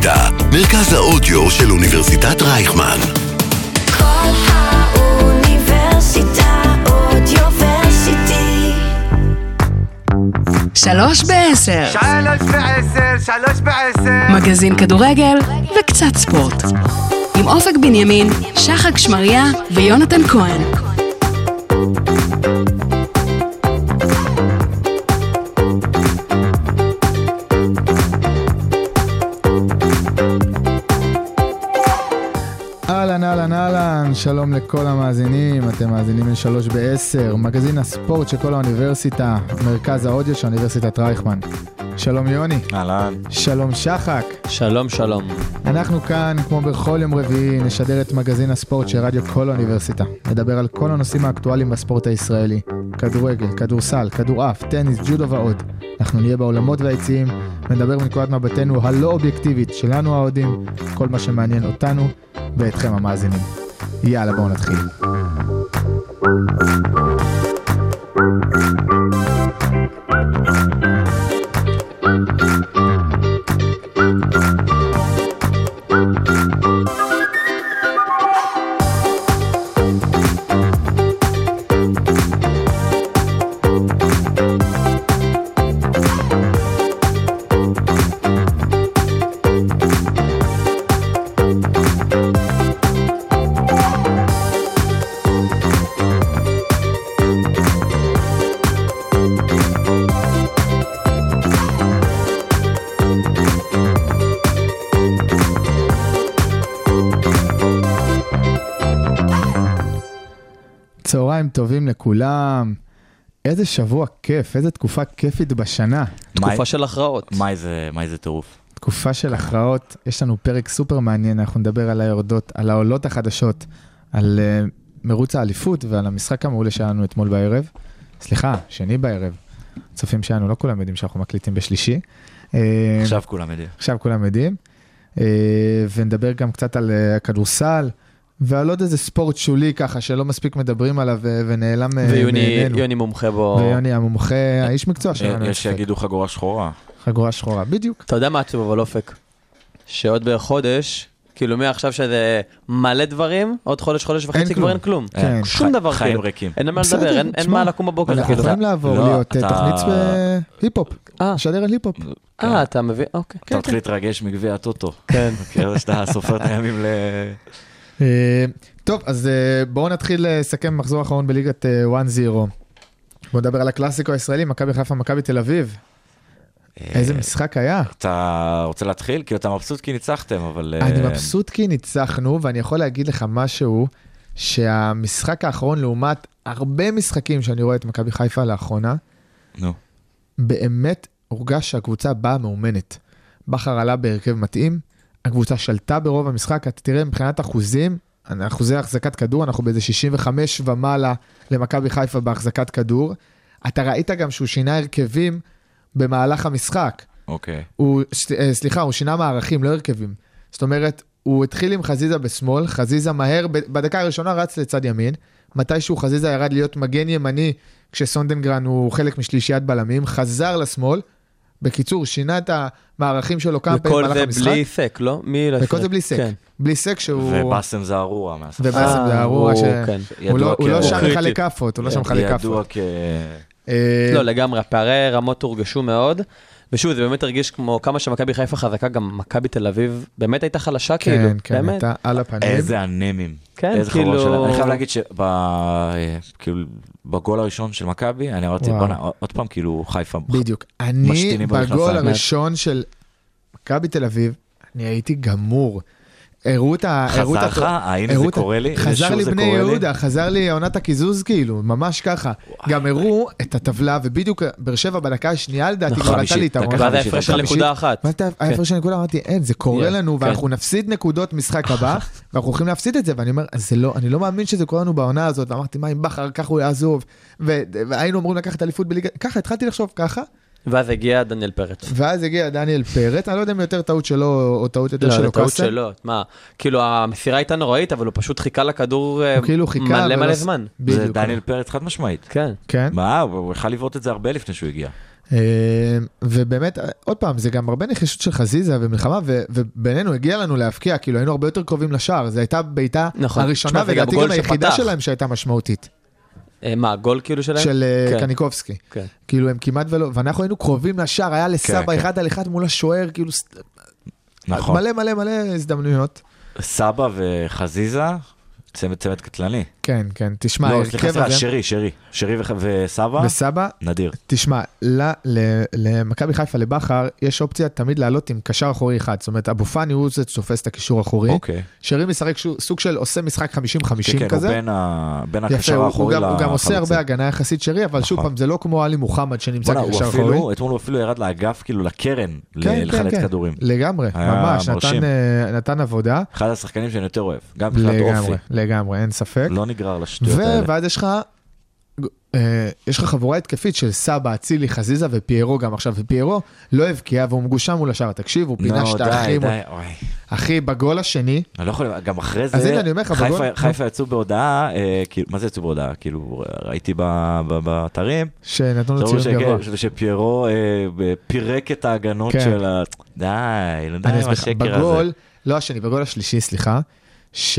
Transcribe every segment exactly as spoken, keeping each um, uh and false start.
האוניברסיטה, מרכז האודיו של אוניברסיטת רייכמן. כל האוניברסיטה אודיוורסיטי. שלוש בעשר. שלוש בעשר, שלוש בעשר. מגזין כדורגל וקצת ספורט. עם אופק בנימין, שחק שמריה ויונתן כהן. אהלן, אהלן, אהלן, שלום לכל המאזינים, אתם מאזינים לשלוש בעשר, מגזין הספורט של כל האוניברסיטה, מרכז האודיו של אוניברסיטת רייכמן. שלום יוני. אהלן. שלום שחק. שלום שלום. אנחנו כאן, כמו בכל יום רביעי, נשדר את מגזין הספורט של רדיו כל האוניברסיטה. נדבר על כל הנושאים האקטואליים בספורט הישראלי, כדורגל, כדורסל, כדורעף, טניס, ג'ודו ועוד. אנחנו נהיה בעולמות והיציעים, ונדבר מנקודת מבטנו הלא אובייקטיבית שלנו האוהדים, כל מה שמעניין אותנו ואתכם המאזינים. יאללה, בואו נתחיל. צהריים טובים לכולם. איזה שבוע כיף, איזה תקופה כיפית בשנה. תקופה של הכרעות. מה איזה, מה איזה טירוף? תקופה של הכרעות. יש לנו פרק סופר מעניין, אנחנו נדבר על היורדות, על העולות החדשות, על uh, מרוץ האליפות ועל המשחק המעולה שלנו אתמול בערב. סליחה, שני בערב. צופים שלנו, לא כולם יודעים שאנחנו מקליטים בשלישי. עכשיו כולם יודעים. עכשיו כולם יודעים. Uh, ונדבר גם קצת על uh, הכדורסל. ועל עוד איזה ספורט שולי ככה, שלא מספיק מדברים עליו ונעלם מעינינו. ויוני מומחה בו. ויוני המומחה, האיש מקצוע שלנו. יש שיגידו חגורה שחורה. חגורה שחורה, בדיוק. אתה יודע מה עצוב אבל אופק? שעוד בחודש, כאילו מעכשיו שזה מלא דברים, עוד חודש, חודש וחצי כבר אין כלום. שום דבר חיים כאילו. ריקים. אין מה לדבר, אין מה לקום בבוקר. אנחנו יכולים לעבור להיות תוכנית בהיפ-הופ. שדר על היפ-הופ. אה, אתה מבין? אוקיי. אתה מתחיל להתרגש מגביע הטוטו. כן. כאילו שאתה סופר את הימים ל... טוב, אז בואו נתחיל לסכם מחזור האחרון בליגת אחת אפס. בואו נדבר על הקלאסיקו הישראלי, מכבי חיפה, מכבי תל אביב. איזה משחק היה. אתה רוצה להתחיל? כי אתה מבסוט כי ניצחתם, אבל... אני מבסוט כי ניצחנו, ואני יכול להגיד לך משהו, שהמשחק האחרון לעומת הרבה משחקים שאני רואה את מכבי חיפה לאחרונה, באמת הורגש שהקבוצה באה מאומנת. בכר עלה בהרכב מתאים, הקבוצה שלטה ברוב המשחק, אתה תראה מבחינת אחוזים, אחוזי החזקת כדור, אנחנו באיזה שישים וחמש ומעלה למכבי חיפה בהחזקת כדור. אתה ראית גם שהוא שינה הרכבים במהלך המשחק. אוקיי. הוא, סליחה, הוא שינה מערכים, לא הרכבים. זאת אומרת, הוא התחיל עם חזיזה בשמאל, חזיזה מהר, בדקה הראשונה רץ לצד ימין, מתישהו חזיזה ירד להיות מגן ימני, כשסונדנגרן הוא חלק משלישיית בלמים, חזר לשמאל, בקיצור, שינה את המערכים שלו כמה פעמים במהלך המשחק. וכל זה בלי סק, לא? וכל זה בלי סק. בלי סק שהוא... ובאסם זה ארורה. ובאסם זה ארורה שהוא לא שם מחלק כפות, הוא לא שם מחלק כפות. ידוע כ... לא, לגמרי, הפערי רמות הורגשו מאוד, ושוב, זה באמת הרגיש כמו כמה שמכבי חיפה חזקה, גם מכבי תל אביב באמת הייתה חלשה כאילו. כן, כן, הייתה על הפנים. איזה אנמים. כן, כאילו... אני חייב להגיד שבגול הראשון של מכבי, אני אמרתי, עוד פעם כאילו חיפה. בדיוק. אני בגול הראשון של מכבי תל אביב, אני הייתי גמור. הראו את ה... חזר לך? הנה זה קורה לי? חזר לי בני יהודה, חזר לי עונת הקיזוז כאילו, ממש ככה. גם הראו את הטבלה, ובדיוק באר שבע בדקה השנייה לדעתי, כבר נתן לי את הרעיון. ואז ההפרש של נקודה אחת. ההפרש של נקודה, אמרתי, אין, זה קורה לנו, ואנחנו נפסיד נקודות משחק הבא, ואנחנו הולכים להפסיד את זה, ואני אומר, אני לא מאמין שזה קורה לנו בעונה הזאת, ואמרתי, מה אם בכר, ככה הוא יעזוב, והיינו אומרים לקחת אליפות בליגה, ככה, התחלתי לחשוב ככה, ואז הגיע דניאל פרץ. ואז הגיע דניאל פרץ, אני לא יודע אם יותר טעות שלו, או טעות יותר שלו. לא, טעות שלו. מה, כאילו המסירה הייתה נוראית, אבל הוא פשוט חיכה לכדור מלא מלא זמן. זה דניאל פרץ חד משמעית. כן. כן. מה, הוא יכל לבעוט את זה הרבה לפני שהוא הגיע. ובאמת, עוד פעם, זה גם הרבה נחישות של חזיזה ומלחמה, ובינינו הגיע לנו להפקיע, כאילו היינו הרבה יותר קרובים לשער, זו הייתה בעיטה הראשונה, ודעתי גם היחידה שלהם שהייתה משמעותית. מה, גול כאילו שלהם? של קניקובסקי. כאילו הם כמעט ולא, ואנחנו היינו קרובים לשער, היה לסבא אחד על אחד מול השוער, כאילו מלא מלא מלא הזדמנויות. סבא וחזיזה, צמד צמד קטלני. כן, כן, תשמע. לא, סליחה, סליחה, שרי, שרי. שרי וסבא. וסבא. נדיר. תשמע, למכבי חיפה לבחר, יש אופציה תמיד לעלות עם קשר אחורי אחד. זאת אומרת, אבו פאני הוא זה תופס את הקישור האחורי. אוקיי. שרי משחק סוג של עושה משחק חמישים חמישים כזה. כן, הוא בין הקשר האחורי לחלוצה. הוא גם עושה הרבה הגנה יחסית שרי, אבל שוב פעם, זה לא כמו עלי מוחמד שנמצא כקשר אחורי. אתמול הוא אפילו ירד לאגף, כאילו לקרן, לחלץ כדורים. לגמרי, ממש, נתן עבודה. אחד השחקנים שאני יותר אוהב, גם מבחינת אופי. לגמרי, אין ספק. לא נגרר לשטויות האלה. ואז יש לך, יש לך חבורה התקפית של סבא, אצילי, חזיזה ופיירו גם עכשיו, ופיירו לא הבקיע והוא מגושם מול השאר, תקשיב, הוא פינה שאתה הכי, אחי, בגול השני. אני לא יכול, גם אחרי זה, חיפה יצאו בהודעה, מה זה יצאו בהודעה? כאילו, ראיתי באתרים, שנתנו לו ציון גבוה. ושפיירו פירק את ההגנות של ה... די, לא יודע מה השקר הזה. בגול, לא השני, בגול השלישי, סליחה, ש...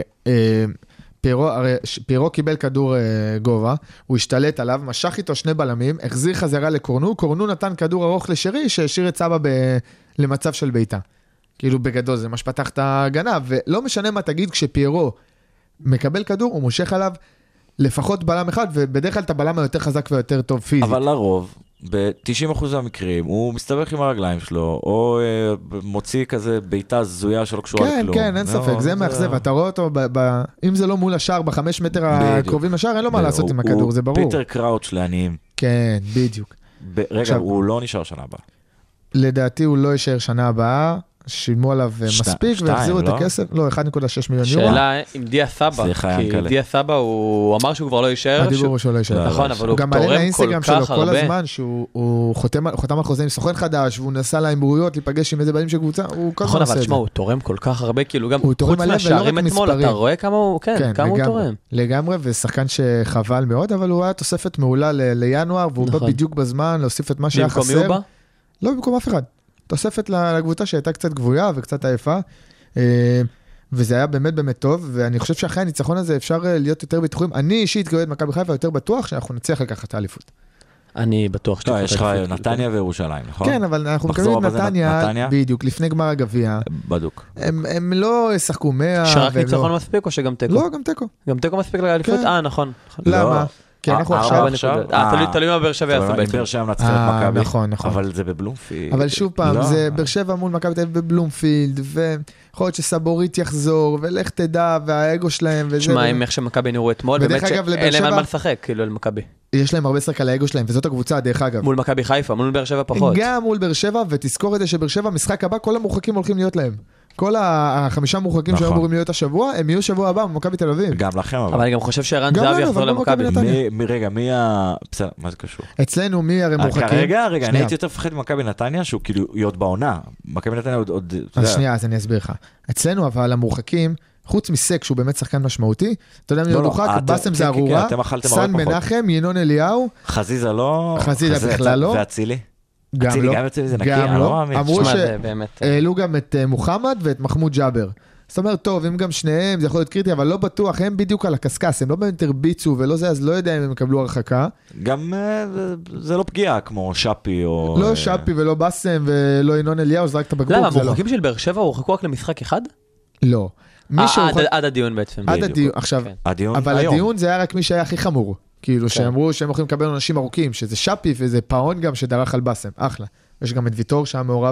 פירו, הרי, פירו קיבל כדור uh, גובה, הוא השתלט עליו, משך איתו שני בלמים, החזיר חזרה לקורנו, קורנו נתן כדור ארוך לשרי, שהשאיר את סבא ב, למצב של ביתה. כאילו בגדול, זה מה שפתח את ההגנה, ולא משנה מה תגיד, כשפירו מקבל כדור, הוא מושך עליו לפחות בלם אחד, ובדרך כלל את הבלם היותר חזק ויותר טוב פיזית. אבל לרוב, ב-תשעים אחוז מהמקרים, הוא מסתבך עם הרגליים שלו, או מוציא כזה ביתה זויה שלא קשורה לכלום. כן, כן, אין ספק, זה מאכזב, אתה רואה אותו, אם זה לא מול השער, בחמש מטר הקרובים לשער, אין לו מה לעשות עם הכדור, זה ברור. הוא פיטר קראוץ' לעניים. כן, בדיוק. רגע, הוא לא נשאר שנה הבאה. לדעתי הוא לא יישאר שנה הבאה, שילמו עליו מספיק והחזירו את הכסף, לא, אחד נקודה שש מיליון יורו. שאלה עם דיה סבא, כי דיה סבא הוא אמר שהוא כבר לא יישאר. הדיבור הוא שהוא לא יישאר. נכון, אבל הוא תורם כל כך הרבה. גם מעלה לאינסטגרם שלו כל הזמן, שהוא חותם על חוזה עם סוכן חדש, והוא נסע לאמירויות להיפגש עם איזה בעלים של קבוצה, הוא כל הזמן עושה את זה. נכון, אבל תשמע, הוא תורם כל כך הרבה, כאילו גם חוץ מהשערים אתמול, אתה רואה כמה הוא, כן, כמה הוא תורם. לגמרי, ושחקן שחבל מאוד, אבל הוא היה תוספת מעולה לינואר, והוא בא בדיוק בזמן להוסיף את מה שהיה חסר. לא במקום אף אחד. תוספת לקבוצה שהייתה קצת גבויה וקצת עייפה, וזה היה באמת באמת טוב, ואני חושב שאחרי הניצחון הזה אפשר להיות יותר בטוחים. אני אישית כאוהד מכבי חיפה יותר בטוח שאנחנו נצליח לקחת את האליפות. אני בטוח שאתה... לא, יש לך נתניה וירושלים, נכון? כן, אבל אנחנו מקבלים את נתניה, בדיוק, לפני גמר הגביע. בדוק. הם לא ישחקו מאה... שרק ניצחון מספיק או שגם טקו? לא, גם טקו. גם טקו מספיק לאליפות? אה, נכון. למה? כי אנחנו עכשיו... אה, תלוי מה באר שבע יעשו בעצם. באר שבע מנצחת את מכבי. נכון, נכון. אבל זה בבלומפילד. אבל שוב פעם, זה באר שבע מול מכבי תל אביב בבלומפילד, ויכול להיות שסבורית יחזור, ולך תדע, והאגו שלהם, וזה... תשמע, אם איך שמכבי נראו אתמול, באמת שאין להם על מה לשחק, כאילו, על מכבי. יש להם הרבה שחק על האגו שלהם, וזאת הקבוצה, דרך אגב. מול מכבי חיפה, מול באר שבע פחות. גם מול באר שבע, ותזכור את זה שבאר שבע, משחק הבא, כל המורחקים הולכים להיות להם. כל החמישה מורחקים שהיו אמורים להיות השבוע, הם יהיו שבוע הבא במכבי תל אביב. גם לכם אבל. אבל אני גם חושב שערן זהבי יחזור למכבי. רגע, מי ה... בסדר, מה זה קשור? אצלנו מי הרי מורחקים? רגע, רגע, אני הייתי יותר מפחד ממכבי נתניה, שהוא כאילו להיות בעונה. מכבי נתניה עוד... אז שנייה, אז אני אסביר לך. אצלנו אבל המורחקים, חוץ מסק שהוא באמת שחקן משמעותי, אתה יודע מי הוא מורחק? בסם זה ארורה, סן מנחם, ינון אליהו. חזיזה לא... חזיזה בכלל לא. ואצילי? גם לא, גם לא, אמרו שהעלו גם את מוחמד ואת מחמוד ג'אבר, זאת אומרת טוב, אם גם שניהם זה יכול להיות קריטי, אבל לא בטוח, הם בדיוק על הקסקס, הם לא באמת הרביצו ולא זה, אז לא יודע אם הם יקבלו הרחקה. גם זה לא פגיעה כמו שפי או... לא שפי ולא בסם ולא ינון אליהו, זה רק את הבקבוק. למה, המורחקים של באר שבע הורחקו רק למשחק אחד? לא. עד הדיון בעצם. עד הדיון, עכשיו, אבל הדיון זה היה רק מי שהיה הכי חמור. כאילו שאמרו שהם יכולים לקבל אנשים ארוכים, שזה שפי וזה פאון גם שדרך על בסם, אחלה. יש גם את ויטור שהיה מעורב,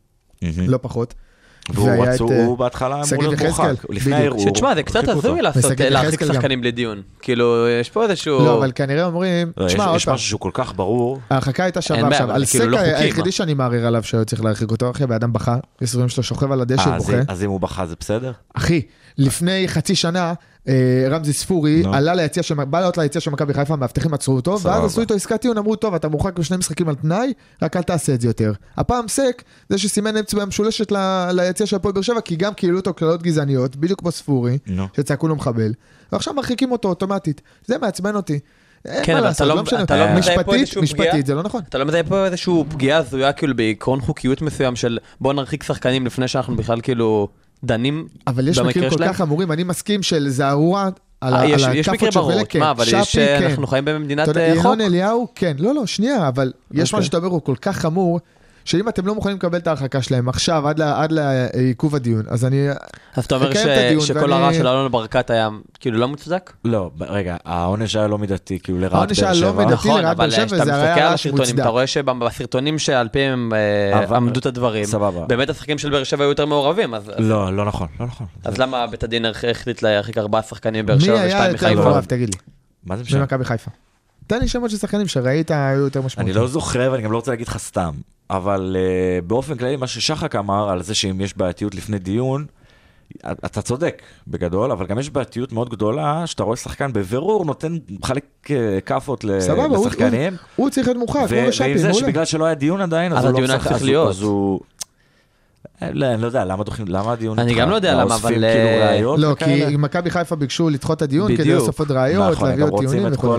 לא פחות. והוא רצו בהתחלה אמור להיות מורחק, לפני הערעור. שתשמע, זה קצת הזוי להחזיק שחקנים לדיון. כאילו, יש פה איזשהו... לא, אבל כנראה אומרים... יש משהו שהוא כל כך ברור. ההרחקה הייתה שווה עכשיו. על סק היחידי שאני מערער עליו שהיו צריך להרחיק אותו, אחי, ואדם בכה, יסורים שלו שוכב על הדשא ובוכה. אז אם הוא בכה זה בסדר? אחי, לפני חצי שנה, רמזי ספורי עלה ליציע של, בא לעלות ליציע של מכבי חיפה, מאבטחים עצרו אותו, ואז עשו איתו עסקת טיעון, אמרו, טוב, אתה מורחק בשני משחקים על תנאי, רק אל תעשה את זה יותר. הפעם סק, זה שסימן אצבע משולשת ליציע של הפועל באר שבע, כי גם קהילו אותו כללות גזעניות, בדיוק כמו ספורי, שצעקו לו מחבל, ועכשיו מרחיקים אותו אוטומטית. זה מעצבן אותי. כן, אבל אתה לא מזהה פה איזשהו פגיעה. משפטית, זה לא נכון. אתה לא מזהה פה איזשהו פגיעה הזויה, כאילו, בעקרון חוקיות מסוים של בוא נרחיק שחקנים לפני שאנחנו בכלל כאילו דנים במקרה שלהם. אבל יש מקרים כל כך אמורים, אני מסכים של זערורה על הכפות שווה כן. אבל אנחנו חיים במדינת חוק. ינון אליהו, כן, לא, לא, שנייה, אבל יש מה שאתה אומר, הוא כל כך חמור, שאם אתם לא מוכנים לקבל את ההרחקה שלהם עכשיו, עד לעיכוב הדיון, אז אני... אז אתה אומר שכל הרע של אלון ברקת היה כאילו לא מוצדק? לא, רגע, העונש היה לא מידתי, כאילו לרעת באר שבע. העונש היה לא מידתי לרעת באר שבע, וזה היה רעש מוצדק. אתה רואה שבסרטונים שעל פיהם עמדו את הדברים, באמת השחקנים של באר שבע היו יותר מעורבים. לא, לא נכון, לא נכון. אז למה בית הדין החליט להרחיק ארבעה שחקנים באר שבע ושתיים מחיפה? מי היה יותר מעורב, תגיד לי? מה זה משנה? במכבי חיפה. תן לי שמות של שחקנים שראית היו יותר משמעותיים. אני לא זוכר ואני גם לא רוצה להגיד לך סתם, אבל uh, באופן כללי מה ששחק אמר על זה שאם יש בעייתיות לפני דיון, אתה צודק בגדול, אבל גם יש בעייתיות מאוד גדולה, שאתה רואה שחקן בבירור נותן חלק כפות לשחקנים. הוא, הוא צריך להיות מוכח, כמו לשאפי. ועם זה שבגלל שלא היה דיון עדיין, אז, אז הוא לא צריך להיות. אז הוא... לא, אני לא יודע, למה דוחים, למה הדיון... אני גם לא יודע למה, אבל... לא, כי מכבי חיפה ביקשו לדחות את הדיון, כדי להוסיף עוד ראיות, להביא עוד טיעונים וכו'.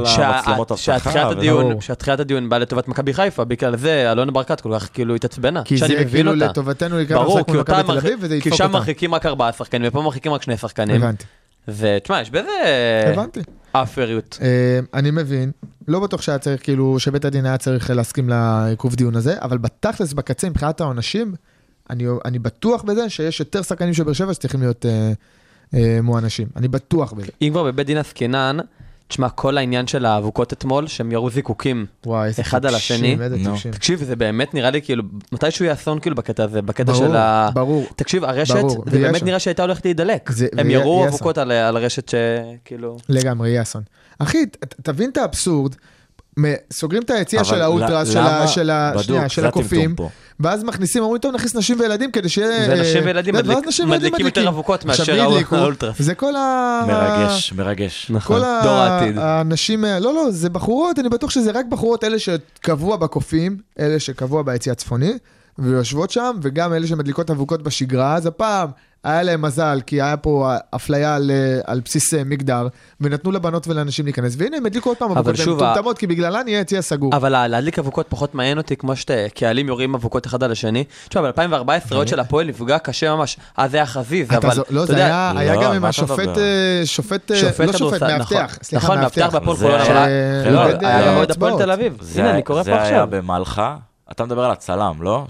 שהתחילת הדיון בא לטובת מכבי חיפה, בגלל זה אלון ברקת כל כך כאילו התעצבנה. כי זה כאילו לטובתנו לקראת משחק מול מכבי תל אביב, וזה ידפוק אותה. כי שם מרחיקים רק ארבעה שחקנים, ופה מרחיקים רק שני שחקנים. הבנתי. ותשמע, יש בזה... הבנתי. אפריות. אני מבין, לא בטוח שהיה צריך, כאילו, שבית הדין היה צריך להסכים לעיכוב דיון הזה, אבל בתכלס בקצה, מבחינת העונשים, אני, אני בטוח בזה שיש יותר שחקנים של באר שבע שצריכים להיות אה, אה, מואנשים. אני בטוח בזה. אם כבר בבית דין עסקינן, תשמע, כל העניין של האבוקות אתמול, שהם ירו זיקוקים אחד על השני. תקשיב, זה באמת נראה לי כאילו, מתישהו יהיה אסון כאילו בקטע הזה, בקטע של ה... ברור. תקשיב, הרשת, זה באמת נראה שהייתה הולכת להידלק. הם ירו אבוקות על הרשת שכאילו... לגמרי, יהיה אסון. אחי, תבין את האבסורד, סוגרים את היציאה של האולטרס, של הקופים, ואז מכניסים, אומרים, טוב, נכניס נשים וילדים כדי שיהיה... ונשים וילדים מדליקים יותר אבוקות מאשר האולטרס. זה כל ה... מרגש, מרגש. נכון, דור העתיד. האנשים, לא, לא, זה בחורות, אני בטוח שזה רק בחורות, אלה שקבוע בקופים, אלה שקבוע ביציאה הצפוני, ויושבות שם, וגם אלה שמדליקות אבוקות בשגרה, אז הפעם היה להם מזל, כי היה פה אפליה על, על בסיס מגדר, ונתנו לבנות ולאנשים להיכנס, והנה הם הדליקו עוד פעם אבוקות, הם טומטמות, כי בגללן יהיה יציאה סגור. אבל להדליק אבוקות פחות מעניין אותי, כמו שקהלים יורים אבוקות אחד על השני. תשמע, ב-אלפיים וארבע עשרה עוד של הפועל נפגע קשה ממש, אז זה היה חזיז, אבל... לא, זה היה, היה גם עם השופט, שופט, לא שופט, מאבטח, סליחה, מאבטח. נכון, מאבטח בהפועל חולון, היה עוד הפועל תל אביב. הנה, אני קורא פה עכשיו. זה היה במלחה, אתה מדבר על הצלם, לא?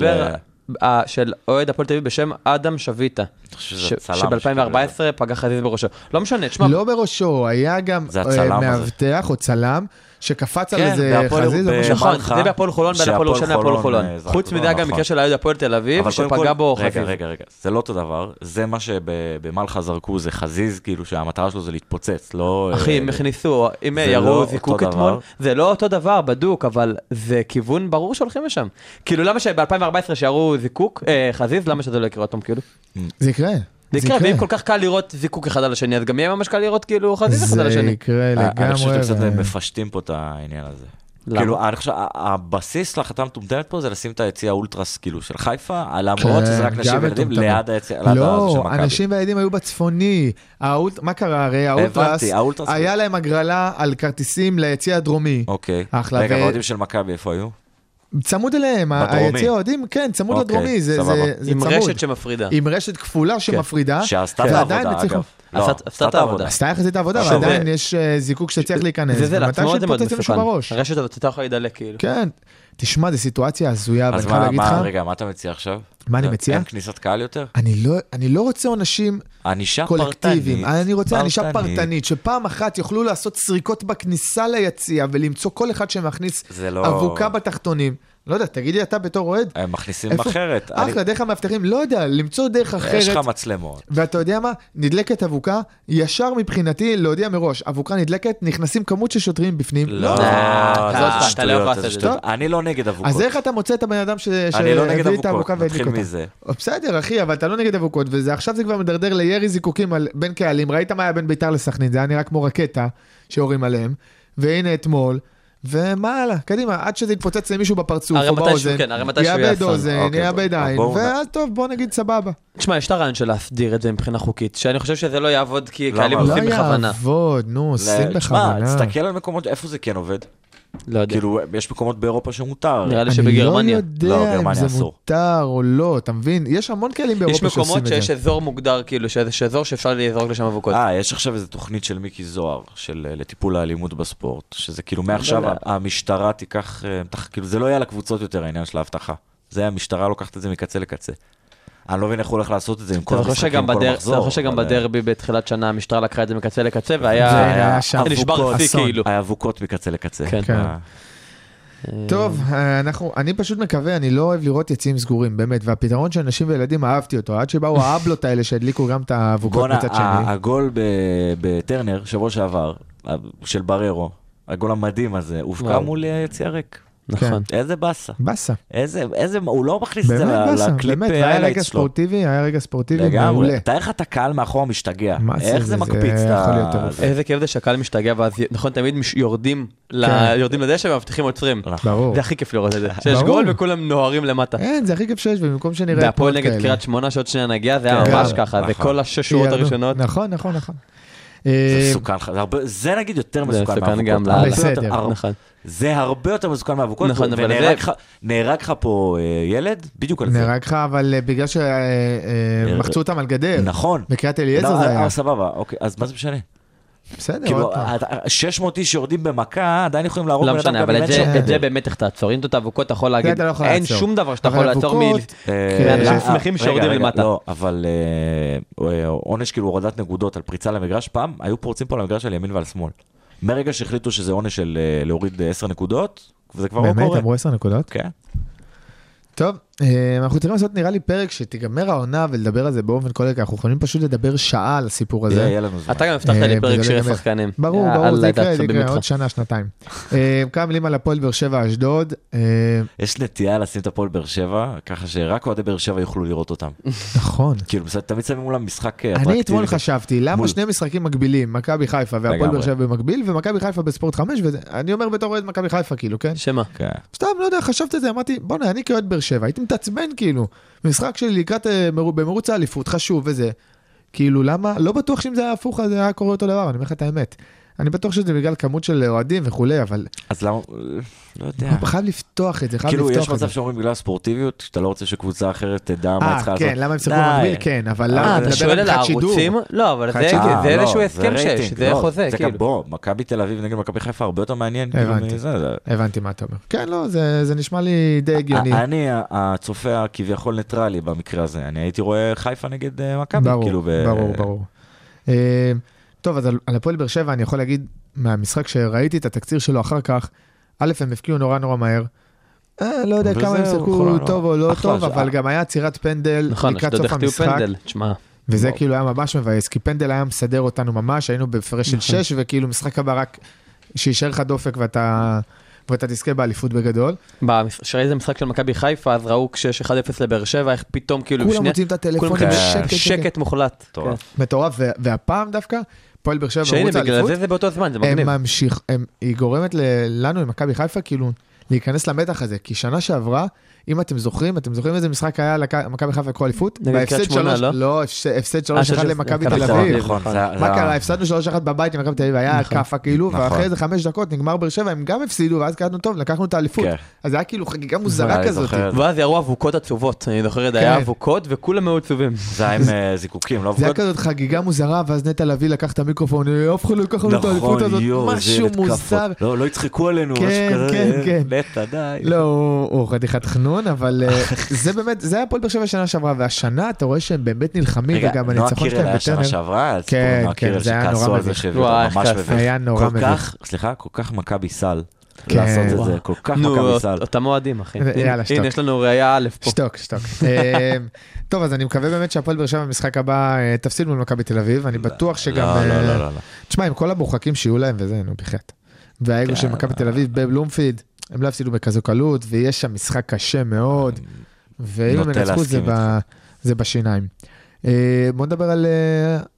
של אוהד הפועל תל אביב בשם אדם שביטה, שב-אלפיים וארבע עשרה פגע חזיז בראשו. לא משנה, תשמע. לא בראשו, היה גם מאבטח או צלם, שקפץ על איזה חזיז. נכון, זה בהפועל חולון, בין הפועל ראשון להפועל חולון. חוץ מזה גם מקרה של אוהד הפועל תל אביב, שפגע בו חזיז. רגע, רגע, רגע, זה לא אותו דבר, זה מה שבמלחה זרקו, זה חזיז, כאילו שהמטרה שלו זה להתפוצץ, לא... אחי, הם הכניסו, אם ירו זיקוק אתמול, זה לא אותו דבר, בדוק, אבל זה כיוון ברור שהולכים לשם. כאילו, למה שב-אלפיים וארבע עשרה שירו זיקוק, חזיז, למה שזה לא יקרה אותם, כאילו? זה יקרה. זה יקרה, ואם כל כך קל לראות זיקוק אחד על השני, אז גם יהיה ממש קל לראות כאילו חזיז אחד על השני. זה יקרה לגמרי. אני חושב שאתם קצת מפשטים פה את העניין הזה. כאילו, אני חושב, הבסיס להחלטה מטומטמת פה זה לשים את היציאה האולטרס, כאילו, של חיפה, למרות שזה רק נשים וילדים ליד היציאה. לא, אנשים וילדים היו בצפוני. מה קרה? הרי האולטרס, היה להם הגרלה על כרטיסים ליציאה הדרומי. אוקיי. רגע, ועודים של מכבי, איפה היו? צמוד אליהם, היציע אוהדים, כן, צמוד לדרומי, זה צמוד. עם רשת שמפרידה. עם רשת כפולה שמפרידה. שעשתה את העבודה, אגב. עשתה את העבודה. עשתה יחסית את העבודה, ועדיין יש זיקוק שצריך להיכנס. זה זה, לעצמו זה מאוד מסוכן. הרשת הזאת אתה יכול להידלק, כאילו. כן. תשמע, זו סיטואציה הזויה, אז מה, רגע, מה אתה מציע עכשיו? מה אני מציע? אין כניסת קהל יותר? אני לא רוצה עונשים קולקטיביים. אני רוצה ענישה פרטנית, שפעם אחת יוכלו לעשות סריקות בכניסה ליציע, ולמצוא כל אחד שמכניס אבוקה בתחתונים. לא יודע, תגידי אתה בתור אוהד. הם מכניסים אחרת. אחלה, דרך המאבטחים, לא יודע, למצוא דרך אחרת. יש לך מצלמות. ואתה יודע מה? נדלקת אבוקה, ישר מבחינתי להודיע מראש, אבוקה נדלקת, נכנסים כמות של שוטרים בפנים. לא, זה שטויות. אני לא נגד אבוקות. אז איך אתה מוצא את הבן אדם שהביא את האבוקה והדליק אותה? בסדר, אחי, אבל אתה לא נגד אבוקות, ועכשיו זה כבר מדרדר לירי זיקוקים בין קהלים. ראית מה היה בין ביתר לסכנין? זה היה נראה כמו רקטה שיורים עליהם. והנה אתמול, ומה הלאה, קדימה, עד שזה יתפוצץ למישהו בפרצוף או באוזן, יאבד אוזן, יאבד עין, ואז טוב, בוא נגיד סבבה. תשמע, יש את הרעיון של להסדיר את זה מבחינה חוקית, שאני חושב שזה לא יעבוד כי קהלים עושים בכוונה. לא יעבוד, נו, עושים בכוונה. תסתכל על מקומות, איפה זה כן עובד? לא יודע. כאילו, יש מקומות באירופה שמותר. נראה לי שבגרמניה. אני לא יודע אם זה מותר או לא, אתה מבין? יש המון קהלים באירופה שעושים את זה. יש מקומות שיש אזור מוגדר, כאילו, שיש אזור שאפשר לזרוק לשם אבוקות. אה, יש עכשיו איזו תוכנית של מיקי זוהר, של לטיפול האלימות בספורט, שזה כאילו מעכשיו המשטרה תיקח, כאילו, זה לא יהיה לקבוצות יותר העניין של ההבטחה. זה המשטרה לוקחת את זה מקצה לקצה. אני לא מבין איך הוא הולך לעשות את זה עם כל המשחקים, כל מחזור. אני חושב שגם בדרבי בתחילת שנה המשטרה לקחה את זה מקצה לקצה, והיה נשבר שיא כאילו. היה אבוקות מקצה לקצה. טוב, אני פשוט מקווה, אני לא אוהב לראות יציאים סגורים, באמת, והפתרון של אנשים וילדים אהבתי אותו, עד שבאו האבלות האלה שהדליקו גם את האבוקות מצד שני. הגול בטרנר, שבוע שעבר, של בררו, הגול המדהים הזה, הופקע מול יציע ריק. נכון. איזה בסה. בסה. איזה, איזה, הוא לא מכניס את זה לקליפ האלייטס שלו. היה רגע ספורטיבי, היה רגע ספורטיבי מעולה. תאר לך את הקהל מאחורה משתגע. איך זה מקפיץ את ה... איזה כיף זה שהקהל משתגע, ואז נכון, תמיד יורדים לדשא ומבטיחים עוצרים. ברור. זה הכי כיף לראות את זה. שיש גול וכולם נוהרים למטה. אין, זה הכי כיף שיש, ובמקום שנראה... והפועל נגד קריית שמונה, שעוד שנייה נגיע, זה היה ממש ככה, זה כל השש שורות הראשונות. נכון, נכון, נכון. זה מסוכן, זה נגיד יותר מסוכן מהאבוקות. זה הרבה יותר מסוכן מהאבוקות, ונהרג לך פה ילד, בדיוק על זה. נהרג לך, אבל בגלל שמחצו אותם על גדר. נכון. בקריית אליעזר זה היה. סבבה, אוקיי, אז מה זה משנה? בסדר. כאילו, שש מאות איש שיורדים במכה, עדיין יכולים להרוג. לא משנה, אבל את זה באמת איך תעצור. אם את האבוקות, אתה יכול להגיד, אין שום דבר שאתה יכול לעצור מאנשים שמחים שיורדים למטה. לא, אבל עונש כאילו הורדת נקודות על פריצה למגרש, פעם היו פורצים פה למגרש על ימין ועל שמאל. מרגע שהחליטו שזה עונש של להוריד עשר נקודות, וזה כבר לא קורה. באמת, אמרו עשר נקודות? כן. טוב, אנחנו צריכים לעשות נראה לי פרק שתיגמר העונה ולדבר על זה באופן כולל, כי אנחנו יכולים פשוט לדבר שעה על הסיפור הזה. יהיה לנו זמן. אתה גם הבטחת לי פרק שירי שחקנים. ברור, ברור, זה יקרה, זה יקרה, עוד שנה, שנתיים. כמה מילים על הפועל באר שבע אשדוד. יש נטייה לשים את הפועל באר שבע, ככה שרק אוהדי באר שבע יוכלו לראות אותם. נכון. כאילו, תמיד שמים מולם משחק אטרקטיבי. אני אתמול חשבתי, למה שני משחקים מקבילים, מכבי חיפה והפועל באר שבע במקביל, ומכבי חיפה בספורט חמש, ואני אומר בתור אוהד מכבי חיפה, כאילו, כן? שמה? סתם, לא יודע, חשבתי את זה, אמרתי, בוא נה, אני כאוהד באר שבע, הייתי מתעצבן, כאילו, משחק שלי לקראת במרוץ האליפות, חשוב וזה. כאילו, למה? לא בטוח שאם זה היה הפוך, זה היה קורה אותו דבר, אני אומר לך את האמת. אני בטוח שזה בגלל כמות של אוהדים וכולי, אבל... אז למה? לא יודע. חייב לפתוח את זה, חייב כאילו, לפתוח את זה. יש מצב שאומרים בגלל ספורטיביות, שאתה לא רוצה שקבוצה אחרת תדע מה צריכה לעשות. כן, למה הם צריכו במקביל? כן, אבל למה? אתה שואל על הערוצים? לא, אבל זה איזשהו הסכם שיש, זה חוזה, כאילו. בוא, מכבי תל אביב נגד מכבי חיפה הרבה יותר מעניין. הבנתי מה אתה אומר. כן, לא, זה נשמע לי די הגיוני. אני, הצופה כביכול ניטרלי במקרה הזה, אני הייתי רואה חיפה נגד מכבי, כאילו. ברור, ברור. טוב, אז על הפועל באר שבע אני יכול להגיד, מהמשחק שראיתי את התקציר שלו אחר כך, א' הם הפקיעו נורא נורא מהר, לא יודע כמה הם שיחקו טוב או לא טוב, אבל גם היה עצירת פנדל לקראת סוף המשחק, וזה כאילו היה ממש מבאס, כי פנדל היה מסדר אותנו ממש, היינו בפרש של שש, וכאילו משחק הבא רק שישאר לך דופק ואתה... ואתה תזכה באליפות בגדול. שראי זה משחק של מכבי חיפה, אז ראו כשיש אחד אפס לבאר שבע, איך פתאום כאילו... כולם מוצאים את הטלפון, שקט מוחלט. מטורף, והפעם דווקא, פועל באר שבע במרוץ האליפות. שהנה, בגלל זה זה באותו זמן, זה מגניב. הם ממשיך, היא גורמת לנו, למכבי חיפה, כאילו, להיכנס למתח הזה, כי שנה שעברה, אם אתם זוכרים, אתם זוכרים איזה משחק היה למכבי חיפה לקרוא אליפות? בהפסד שלוש, לא, הפסד שלוש אחד למכבי תל אביב. מה קרה? הפסדנו שלוש אחד בבית למכבי תל אביב, היה קפה כאילו, ואחרי איזה חמש דקות נגמר באר שבע, הם גם הפסידו, ואז קראנו טוב, לקחנו את האליפות. אז זה היה כאילו חגיגה מוזרה כזאת. ואז יראו אבוקות עצובות, אני זוכר, זה היה אבוקות וכולם מאוד עצובים. זה היה עם זיקוקים, לא אבוקות. זה היה כזאת חגיגה מוזרה, ואז נטע לביא לקח את המיקרופון, אף אחד לא לקח לנו את האליפות הזאת, משהו מוזר. לא יצחקו עלינו, משהו כזה. נטע, די. לא, הוא חתיכת חנון, אבל זה באמת, זה היה פועל באר שבע שנה שעברה, והשנה אתה רואה שהם באמת נלחמים, וגם הניצחון שלהם בטרנר. שנה שעברה, כן, כן, זה היה נורא מביך. היה נורא מביך. סליחה, כל כך מכבי סל. לעשות את זה, כל כך מכבי סל. אותם אוהדים, אחי. יאללה, שתוק. הנה, יש לנו ראייה א' פה. שתוק, שתוק. טוב, אז אני מקווה באמת שהפועל באר שבע במשחק הבא תפסיד מול מכבי תל אביב, אני בטוח שגם... לא, לא, לא. תשמע, עם כל המורחקים שיהיו להם וזה, נו, בחטא. והאגו של מכבי תל אביב בבלומפיד, הם לא הפסידו בכזו קלות, ויש שם משחק קשה מאוד, ואם הם ינצחו זה בשיניים. בואו נדבר על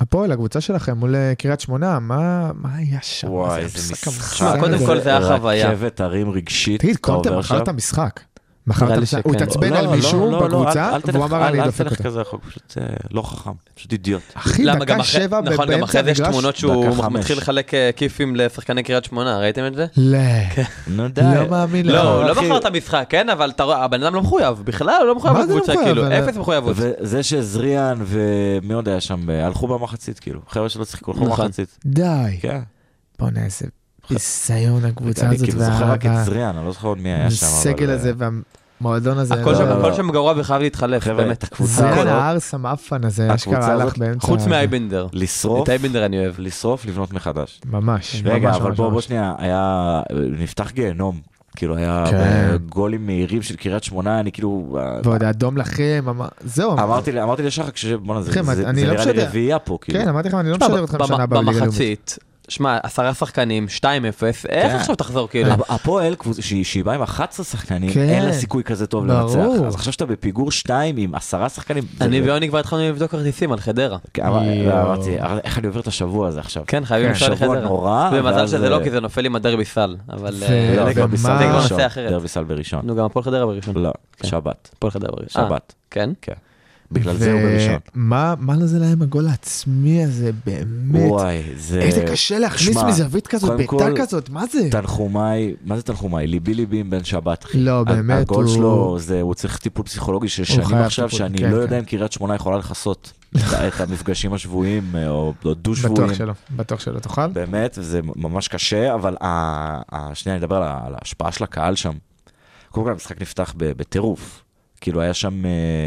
הפועל, הקבוצה שלכם מול קריית שמונה, מה היה שם? וואי, איזה משחק. קודם כל זה היה חוויה. רכבת הרים רגשית. תגיד, קונטר מכר את המשחק. הוא תצבן על מישהו בקבוצה, והוא אמר אני דופק תלך אותה. כזה רחוק, פשוט לא חכם, פשוט אידיוט. אחי, דקה שבע נכון, גם אחרי זה יש תמונות שהוא מתחיל לחלק כיפים לשחקני קריית שמונה, ראיתם את זה? לא. נו די. לא מאמין לך. לא, לא מכר את המשחק, כן, אבל הבן אדם לא מחויב, בכלל הוא לא מחויב בקבוצה, כאילו, אפס מחויבות. וזה שזריאן ומי עוד היה שם, הלכו במחצית, כאילו, חבר'ה שלא צריכו, הלכו במחצית. די. כן. בוא נעשה ניסיון הקבוצה הזאת. אני כאילו זוכר רק את זריאן, אני לא זוכר עוד מי היה שם. הסגל הזה והמועדון הזה. הכל שם גרוע וחייב להתחלף, באמת. זריאן הארס המאפן הזה, אשכרה הלך באמצע. חוץ מאייבנדר. לשרוף. את אייבנדר אני אוהב. לשרוף, לבנות מחדש. ממש. רגע, אבל בוא שנייה, היה, נפתח גיהנום. כאילו היה גולים מהירים של קריית שמונה, אני כאילו... ועוד האדום לכם, זהו. אמרתי לשחק, בוא'נה, זה נראה לי רביעייה פה, כאילו. כן, אמרתי לכם, אני לא משדר אתכם שנה הבאה בליגה לאומית. במחצית, שמע, עשרה שחקנים, שתיים אפס, איך עכשיו תחזור כאילו? הפועל, שהיא באה עם אחת עשרה שחקנים, אין לה סיכוי כזה טוב לנצח. אז עכשיו שאתה בפיגור שתיים עם עשרה שחקנים... אני ויוני כבר התחלנו לבדוק כרטיסים על חדרה. אמרתי, איך אני עובר את השבוע הזה עכשיו? כן, חייבים לשאול לחדרה. שבוע נורא. במזל שזה לא, כי זה נופל עם הדרבי סל. אבל זה כבר נושא אחרת. דרבי סל בראשון. נו, גם הפועל חדרה בראשון. לא, שבת. הפועל חדרה בראשון. שבת. כן? כן. בגלל זה הוא בראשון. מה לזה להם הגול העצמי הזה, באמת? וואי, זה... איזה קשה להכניס מזווית כזאת, ביתה כזאת, מה זה? תנחומי, מה זה תנחומי? ליבי ליבי עם בן שבת. לא, באמת, הגול שלו, הוא צריך טיפול פסיכולוגי של שנים עכשיו, שאני לא יודע אם קריית שמונה יכולה לחסות את המפגשים השבועיים, או דו שבועיים. בטוח שלא, בטוח שלא תוכל. באמת, זה ממש קשה, אבל השנייה, אני אדבר על ההשפעה של הקהל שם. קודם כל, המשחק נפתח בטירוף. כאילו היה שם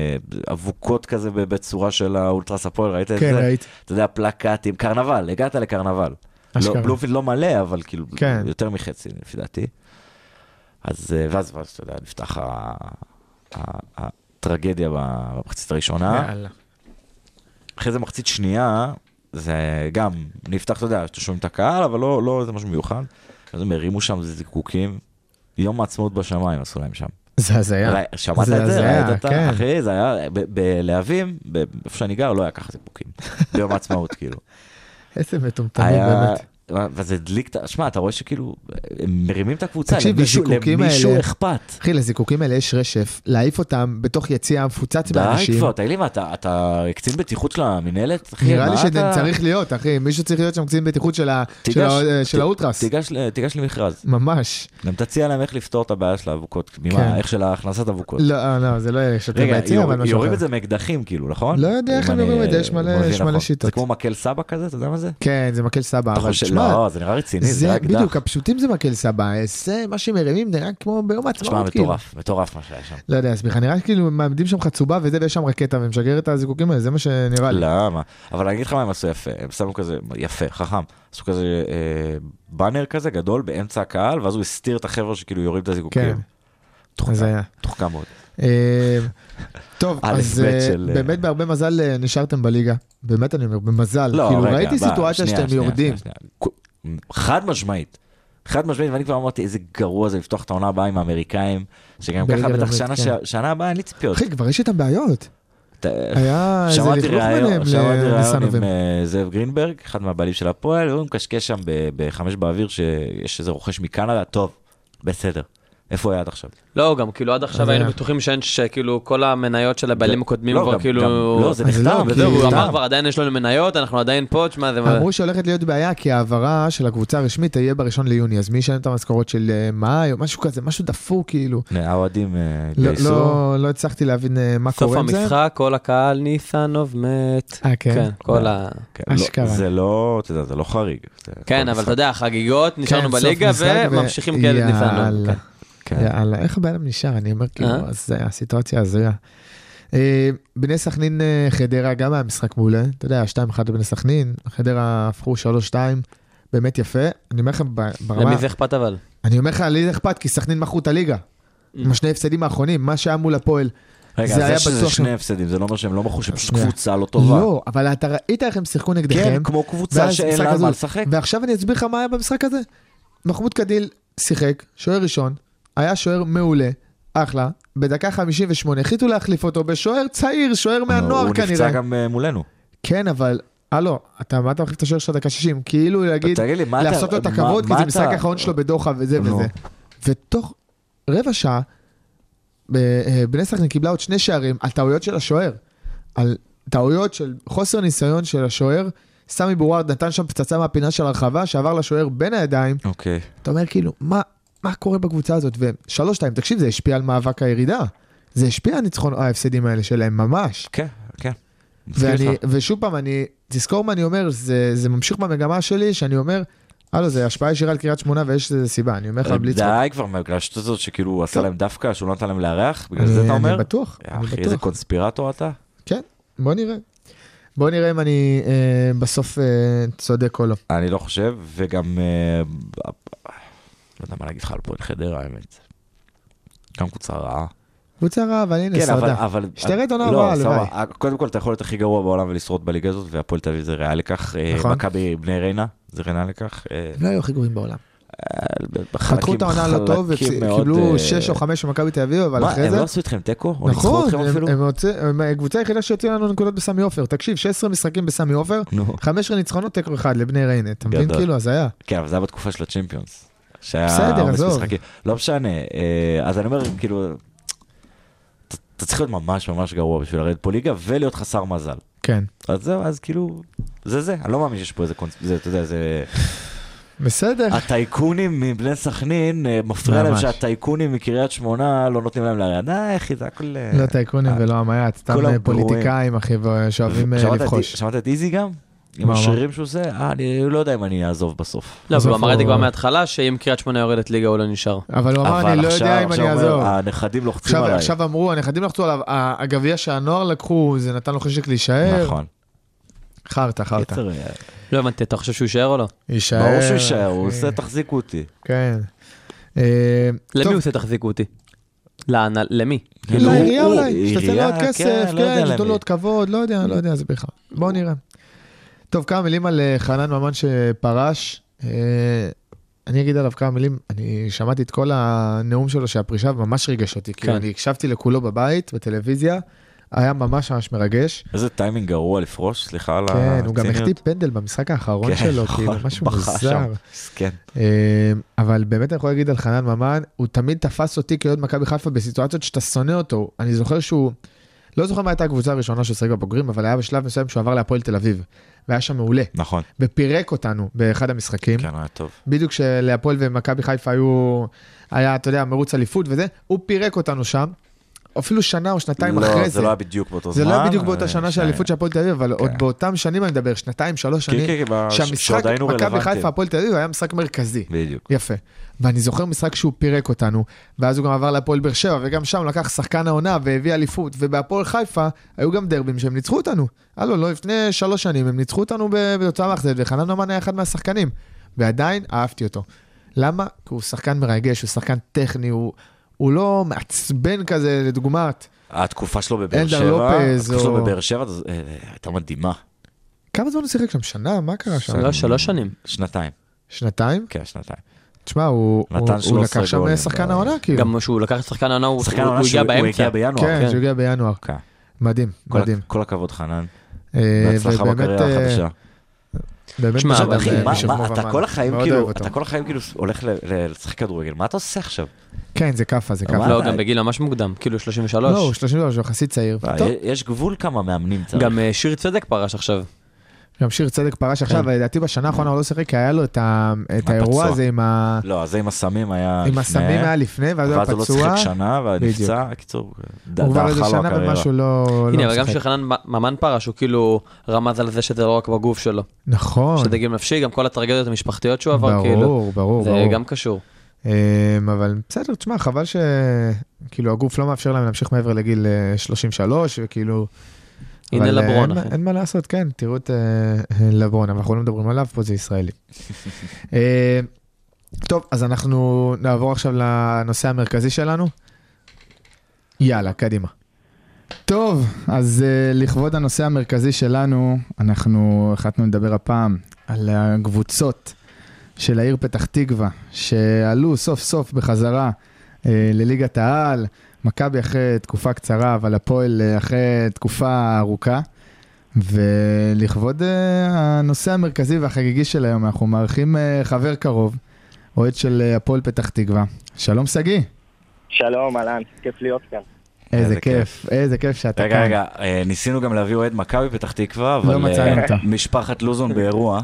אבוקות כזה בצורה של האולטרס הפועל, ראית את זה? כן, ראית. אתה יודע, פלקטים, קרנבל, הגעת לקרנבל. בלומפילד לא מלא, אבל כאילו יותר מחצי, לפי דעתי. אז ואז, אתה יודע, נפתח הטרגדיה במחצית הראשונה. אחרי זה מחצית שנייה, זה גם נפתח, אתה יודע, שאתה שומעים את הקהל, אבל לא איזה משהו מיוחד. אז הם הרימו שם זיקוקים, יום העצמאות בשמיים עשו להם שם. זה הזיה. שמעת את זה? ראית אותה? אחי, זה היה, בלהבים, איפה שאני גר, לא היה ככה סיפוקים. ביום העצמאות, כאילו. איזה מטומטמים, באמת. וזה דליק, שמע, אתה רואה שכאילו, הם מרימים את הקבוצה, תקשיב, לזיקוקים האלה, למישהו אכפת. אחי, לזיקוקים האלה יש רשף, להעיף אותם בתוך יציאה מפוצץ באנשים. די כבר, תגיד לי מה, אתה קצין בטיחות של המנהלת? נראה לי שצריך להיות, אחי, מישהו צריך להיות שם קצין בטיחות של האולטרס. תיגש למכרז. ממש. גם תציע להם איך לפתור את הבעיה של האבוקות, איך של הכנסת אבוקות. לא, לא, זה לא יהיה שוטר ביציאה, אבל משהו אחר. יורים את זה מאקדחים, כאילו, נכון? לא יודע איך הם יורים את זה, יש מלא שיטות. זה כמו מקל סבא כזה, אתה יודע מה זה? כן, זה מקל סבא, אבל לא, זה נראה רציני, זה רק דח. בדיוק, הפשוטים זה מקל סבא, זה מה שמרימים, נראה כמו ביום העצמאות. תשמע, מטורף, מטורף מה שהיה שם. לא יודע, סליחה, נראה כאילו מעמדים שם חצובה וזה ויש שם רקטה ומשגר את הזיקוקים האלה, זה מה שנראה לי. למה? אבל אני אגיד לך מה הם עשו יפה, הם שמו כזה, יפה, חכם, עשו כזה בנר כזה גדול באמצע הקהל, ואז הוא הסתיר את החבר'ה שכאילו יורים את הזיקוקים. תוחכם מאוד. טוב, אז באמת בהרבה מזל נשארתם בליגה, באמת אני אומר, במזל, כאילו ראיתי סיטואציה שאתם יורדים. חד משמעית, חד משמעית, ואני כבר אמרתי איזה גרוע זה לפתוח את העונה הבאה עם האמריקאים, שגם ככה בטח שנה הבאה אין לי ציפיות. אחי, כבר יש איתם בעיות. היה איזה שמעתי לכלוך ביניהם ראיון עם זאב גרינברג, אחד מהבעלים של הפועל, הוא מקשקש שם בחמש באוויר שיש איזה רוכש מקנדה, טוב, בסדר. איפה היה עד עכשיו? לא, גם כאילו עד עכשיו היינו בטוחים שאין שכאילו כל המניות של הבעלים הקודמים כבר כאילו... לא, זה נחתם. הוא אמר כבר עדיין יש לנו מניות, אנחנו עדיין פה, תשמע זה... אמרו שהולכת להיות בעיה, כי העברה של הקבוצה הרשמית תהיה בראשון ליוני, אז מי ישלם את המשכורות של מאי או משהו כזה, משהו דפוק כאילו. האוהדים התגייסו. לא הצלחתי להבין מה קורה עם זה. סוף המשחק, כל הקהל ניסנוב מת. אה, כן. כל ה... אשכרה. זה לא, אתה יודע, זה לא חריג. כן, אבל אתה יודע, חגיגות, נשארנו בליגה וממשיכים כאלה ניסנוב. יאללה, איך הבעיה נשאר? אני אומר כאילו, אז זה הסיטואציה הזויה. בני סכנין חדרה גם היה משחק מעולה, אתה יודע, שתיים אחת בבני סכנין, חדרה הפכו שלוש שתיים, באמת יפה. אני אומר לכם ברמה... למי זה אכפת אבל? אני אומר לך, לי זה אכפת, כי סכנין מכרו את הליגה. עם השני הפסדים האחרונים, מה שהיה מול הפועל. רגע, זה שזה שני הפסדים, זה לא אומר שהם לא מכרו, שהם פשוט קבוצה לא טובה. לא, אבל אתה ראית איך הם שיחקו נגדכם. כן, כמו קבוצה שאין לה מה לשחק. ועכשיו אני אסביר לך מה היה במשחק הזה. מחמוד קדיל שיחק, שוער ראשון, היה שוער מעולה, אחלה, בדקה חמישים ושמונה, החליטו להחליף אותו בשוער צעיר, שוער מהנוער כנראה. הוא נפצע גם מולנו. כן, אבל הלו, אתה, מה אתה מחליף את השוער של דקה שישים? כאילו להגיד, לעשות לו את הכבוד, כי זה משחק האחרון שלו בדוחה וזה וזה. ותוך רבע שעה, בני סכנין קיבלה עוד שני שערים על טעויות של השוער. על טעויות של חוסר ניסיון של השוער, סמי בורארד נתן שם פצצה מהפינה של הרחבה, שעבר לשוער בין הידיים. אוקיי. אתה אומר כאילו, מה, מה קורה בקבוצה הזאת? ושלוש, שתיים, תקשיב, זה השפיע על מאבק הירידה. זה השפיע על ניצחון ההפסדים האלה שלהם, ממש. כן, כן. ואני, ושוב פעם, אני, תזכור מה אני אומר, זה, זה ממשיך במגמה שלי, שאני אומר, הלו, זה השפעה ישירה על קריית שמונה, ויש איזה סיבה, אני אומר לך בלי צחוק. די כבר מהגלשת הזאת, שכאילו הוא עשה להם דווקא, שהוא לא נתן להם לארח, בגלל זה אתה אומר? אני בטוח, אני בטוח. אחי, איזה קונספירטור אתה? כן, בוא נראה. בוא נראה אם אני אה, בסוף אה, צודק או לא. אני לא חושב, וגם, אה, לא יודע מה להגיד לך על פועל חדרה, האמת. גם קבוצה רעה. קבוצה רעה, אבל הנה כן, סרדה. אבל, אבל, שתרד עונה רעה, לוואי. קודם כל, אתה יכול להיות הכי גרוע בעולם ולשרוד בליגה הזאת, והפועל תל אביב זה ריאלי לכך. נכון. מכבי בני ריינה, זה ריאלי לכך. לא היו הכי גרועים בעולם. חתכו את העונה לא טוב, וקיבלו שש או חמש במכבי תל אביב, אבל אחרי זה... הם לא עשו אתכם טקו? נכון, הם הקבוצה היחידה שהוציאה לנו נקודות בסמי עופר. תקשיב, שש עשרה משחקים בסמי עופר, חמש עשרה ניצחונות, טקו אחד לבני ריינה. אתה מבין כאילו, אז היה. כן, אבל זה היה בתקופה של הצ'מפיונס. בסדר, עזוב. לא משנה. אז אני אומר, כאילו, אתה צריך להיות ממש ממש גרוע בשביל לרדת פה ליגה, ולהיות חסר מזל. כן. אז זהו, אז כאילו, זה זה. אני לא מאמין שיש פה איזה קונספירציה, אתה יודע, זה... בסדר. הטייקונים מבני סכנין, מפריע להם שהטייקונים מקריית שמונה לא נותנים להם להריע. די, אחי, זה הכל... לא טייקונים ולא המייט, סתם פוליטיקאים, אחי, שאוהבים לבחוש. שמעת את איזי גם? עם השרירים שהוא עושה? אה, אני לא יודע אם אני אעזוב בסוף. לא, אבל הוא אמר את זה כבר מההתחלה, שאם קריית שמונה יורדת ליגה הוא לא נשאר. אבל הוא אמר, אני לא יודע אם אני אעזוב. הנכדים לוחצים עליי. עכשיו אמרו, הנכדים לחצו עליו, הגביע שהנוער לקחו, זה נתן לו חשק להישאר. נכון. חרטה, חרטה. לא הבנתי, אתה חושב שהוא יישאר או לא? יישאר. ברור שהוא יישאר, הוא עושה תחזיקו אותי. כן. למי הוא עושה תחזיקו אותי? למי? לעירייה אולי, שתעשה לו עוד כסף, כן, שתעשה לו עוד כבוד, לא יודע, לא יודע, זה בכלל. בואו נראה. טוב, כמה מילים על חנן ממן שפרש. אני אגיד עליו כמה מילים, אני שמעתי את כל הנאום שלו שהפרישה ממש ריגש אותי, כי אני הקשבתי לכולו בבית, בטלוויזיה, היה ממש ממש מרגש. איזה טיימינג גרוע לפרוש, סליחה על הציניות. כן, הוא גם החטיא פנדל במשחק האחרון שלו, כאילו, משהו מוזר. כן. אבל באמת אני יכול להגיד על חנן ממן, הוא תמיד תפס אותי כאוהד מכבי חיפה בסיטואציות שאתה שונא אותו. אני זוכר שהוא, לא זוכר מה הייתה הקבוצה הראשונה שהוא שיחק בבוגרים, אבל היה בשלב מסוים שהוא עבר להפועל תל אביב, והיה שם מעולה. נכון. ופירק אותנו באחד המשחקים. כן, היה טוב. בדיוק שלהפועל ומכבי חיפה היו, היה, אתה יודע, מרוץ אליפות וזה, הוא פירק אותנו שם. אפילו שנה או שנתיים אחרי זה. לא, זה לא היה בדיוק באותו זמן. זה לא היה בדיוק באותה שנה של האליפות של הפועל תל אביב, אבל עוד באותם שנים אני מדבר, שנתיים, שלוש שנים, שהמשחק מכבי חיפה הפועל תל אביב היה משחק מרכזי. בדיוק. יפה. ואני זוכר משחק שהוא פירק אותנו, ואז הוא גם עבר להפועל באר שבע, וגם שם לקח שחקן העונה והביא אליפות, ובהפועל חיפה היו גם דרבים שהם ניצחו אותנו. הלו, לא לפני שלוש שנים, הם ניצחו אותנו בתוצאה מאכזבת, וחנן ממן היה אחד מהשחקנים. ועדיין אהבתי אותו. למה? כי הוא שחקן מרגש, הוא שחקן טכני, הוא הוא לא מעצבן כזה, לדוגמת. התקופה שלו בבאר שבע, התקופה שלו בבאר שבע, הייתה מדהימה. כמה זמן הוא שיחק שם? שנה? מה קרה שם? שלוש שנים. שנתיים. שנתיים? כן, שנתיים. תשמע, הוא לקח שם שחקן העונה, כאילו. גם שהוא לקח שחקן העונה, הוא הגיע באמצע. כן, שהוא הגיע בינואר. מדהים, מדהים. כל הכבוד חנן. בהצלחה בקריירה החדשה. תשמע, אתה כל החיים כאילו, אתה כל החיים כאילו הולך לשחק כדורגל, מה אתה עושה עכשיו? כן, זה קפה, זה קפה. לא, גם בגיל ממש מוקדם, כאילו שלושים ושלוש. לא, שלושים ושלוש, הוא יחסית צעיר. יש גבול כמה מאמנים צריך. גם שיר צדק פרש עכשיו. גם שיר צדק פרש עכשיו, ולדעתי בשנה האחרונה הוא לא שיחק, כי היה לו את האירוע הזה עם ה... לא, זה עם הסמים היה לפני. עם הסמים היה לפני, ואז הוא היה פצוע. ואז הוא לא שיחק שנה, ונפצע, קיצור, הוא כבר איזה שנה ומשהו לא... הנה, אבל גם שחנן ממן פרש, הוא כאילו רמז על זה שזה לא רק בגוף שלו. נכון. שזה גיל נפשי, גם כל הטרגדיות המשפחתיות שהוא עבר, כאילו. ברור, ברור. זה גם קשור. אבל בסדר, תשמע, חבל שכאילו הגוף לא מאפשר להם להמשיך מעבר לגיל שלושים ושלוש, וכאילו... הנה לברון, אחי. אין מה לעשות, כן, תראו את לברון, אבל אנחנו לא מדברים עליו, פה זה ישראלי. טוב, אז אנחנו נעבור עכשיו לנושא המרכזי שלנו. יאללה, קדימה. טוב, אז לכבוד הנושא המרכזי שלנו, אנחנו החלטנו לדבר הפעם על הקבוצות של העיר פתח תקווה, שעלו סוף סוף בחזרה לליגת העל, מכבי אחרי תקופה קצרה, אבל הפועל אחרי תקופה ארוכה, ולכבוד הנושא המרכזי והחגיגי של היום, אנחנו מארחים חבר קרוב, אוהד של הפועל פתח תקווה. שלום סגי. שלום, אלן, כיף להיות כאן. איזה כיף, איזה כיף שאתה כאן. רגע, רגע, ניסינו גם להביא אוהד מכבי פתח תקווה, אבל משפחת לוזון באירוע.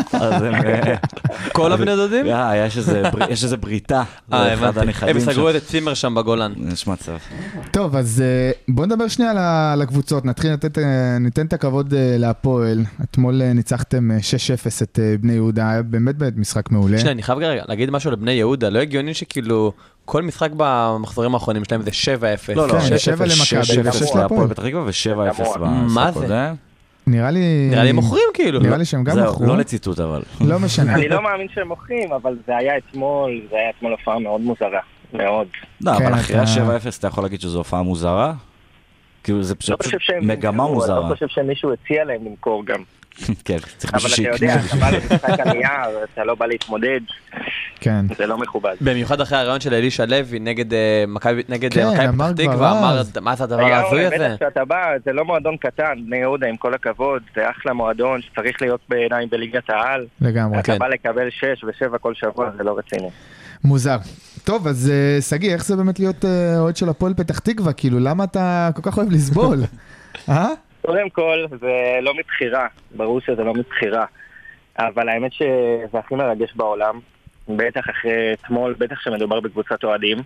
כל הבני דודים? יש איזה בריתה. הם סגרו את הצימר שם בגולן. יש מצב. טוב, אז בוא נדבר שנייה על הקבוצות. נתחיל, ניתן את הכבוד להפועל. אתמול ניצחתם שש אפס את בני יהודה, היה באמת באמת משחק מעולה. שנייה, אני חייב להגיד משהו לבני יהודה, לא הגיוני שכאילו... כל משחק במחזורים האחרונים שלהם זה שבע אפס. לא, לא, שבע למכבי ושש להפועל פתח תקווה ו-שבע אפס מה זה? נראה לי... נראה לי מוכרים כאילו. נראה לי שהם גם מוכרו. לא לציטוט אבל. לא משנה. אני לא מאמין שהם מוכרים, אבל זה היה אתמול, זה היה אתמול הופעה מאוד מוזרה. מאוד. לא, אבל אחרי ה-שבע אפס אתה יכול להגיד שזו הופעה מוזרה? כאילו זה פשוט מגמה מוזרה. אני לא חושב שמישהו הציע להם למכור גם. כן, צריך אבל אתה יודע, אתה בא למשחק הנייר, אתה לא בא להתמודד. כן. זה לא מכובד. במיוחד אחרי הרעיון של אלישע לוי נגד מכבי פתח תקווה, אמר, מה זה הדבר ההזוי הזה? כשאתה בא, זה לא מועדון קטן, בני יהודה עם כל הכבוד, זה אחלה מועדון שצריך להיות בעיניים בליגת העל. לגמרי, כן. אתה בא לקבל שש ושבע כל שבוע, זה לא רציני. מוזר. טוב, אז סגי, איך זה באמת להיות אוהד של הפועל פתח תקווה? כאילו, למה אתה כל כך אוהב לסבול? אה? קודם כל, זה לא מבחירה, ברור שזה לא מבחירה, אבל האמת שזה הכי מרגש בעולם, בטח אחרי אתמול, בטח שמדובר בקבוצת אוהדים.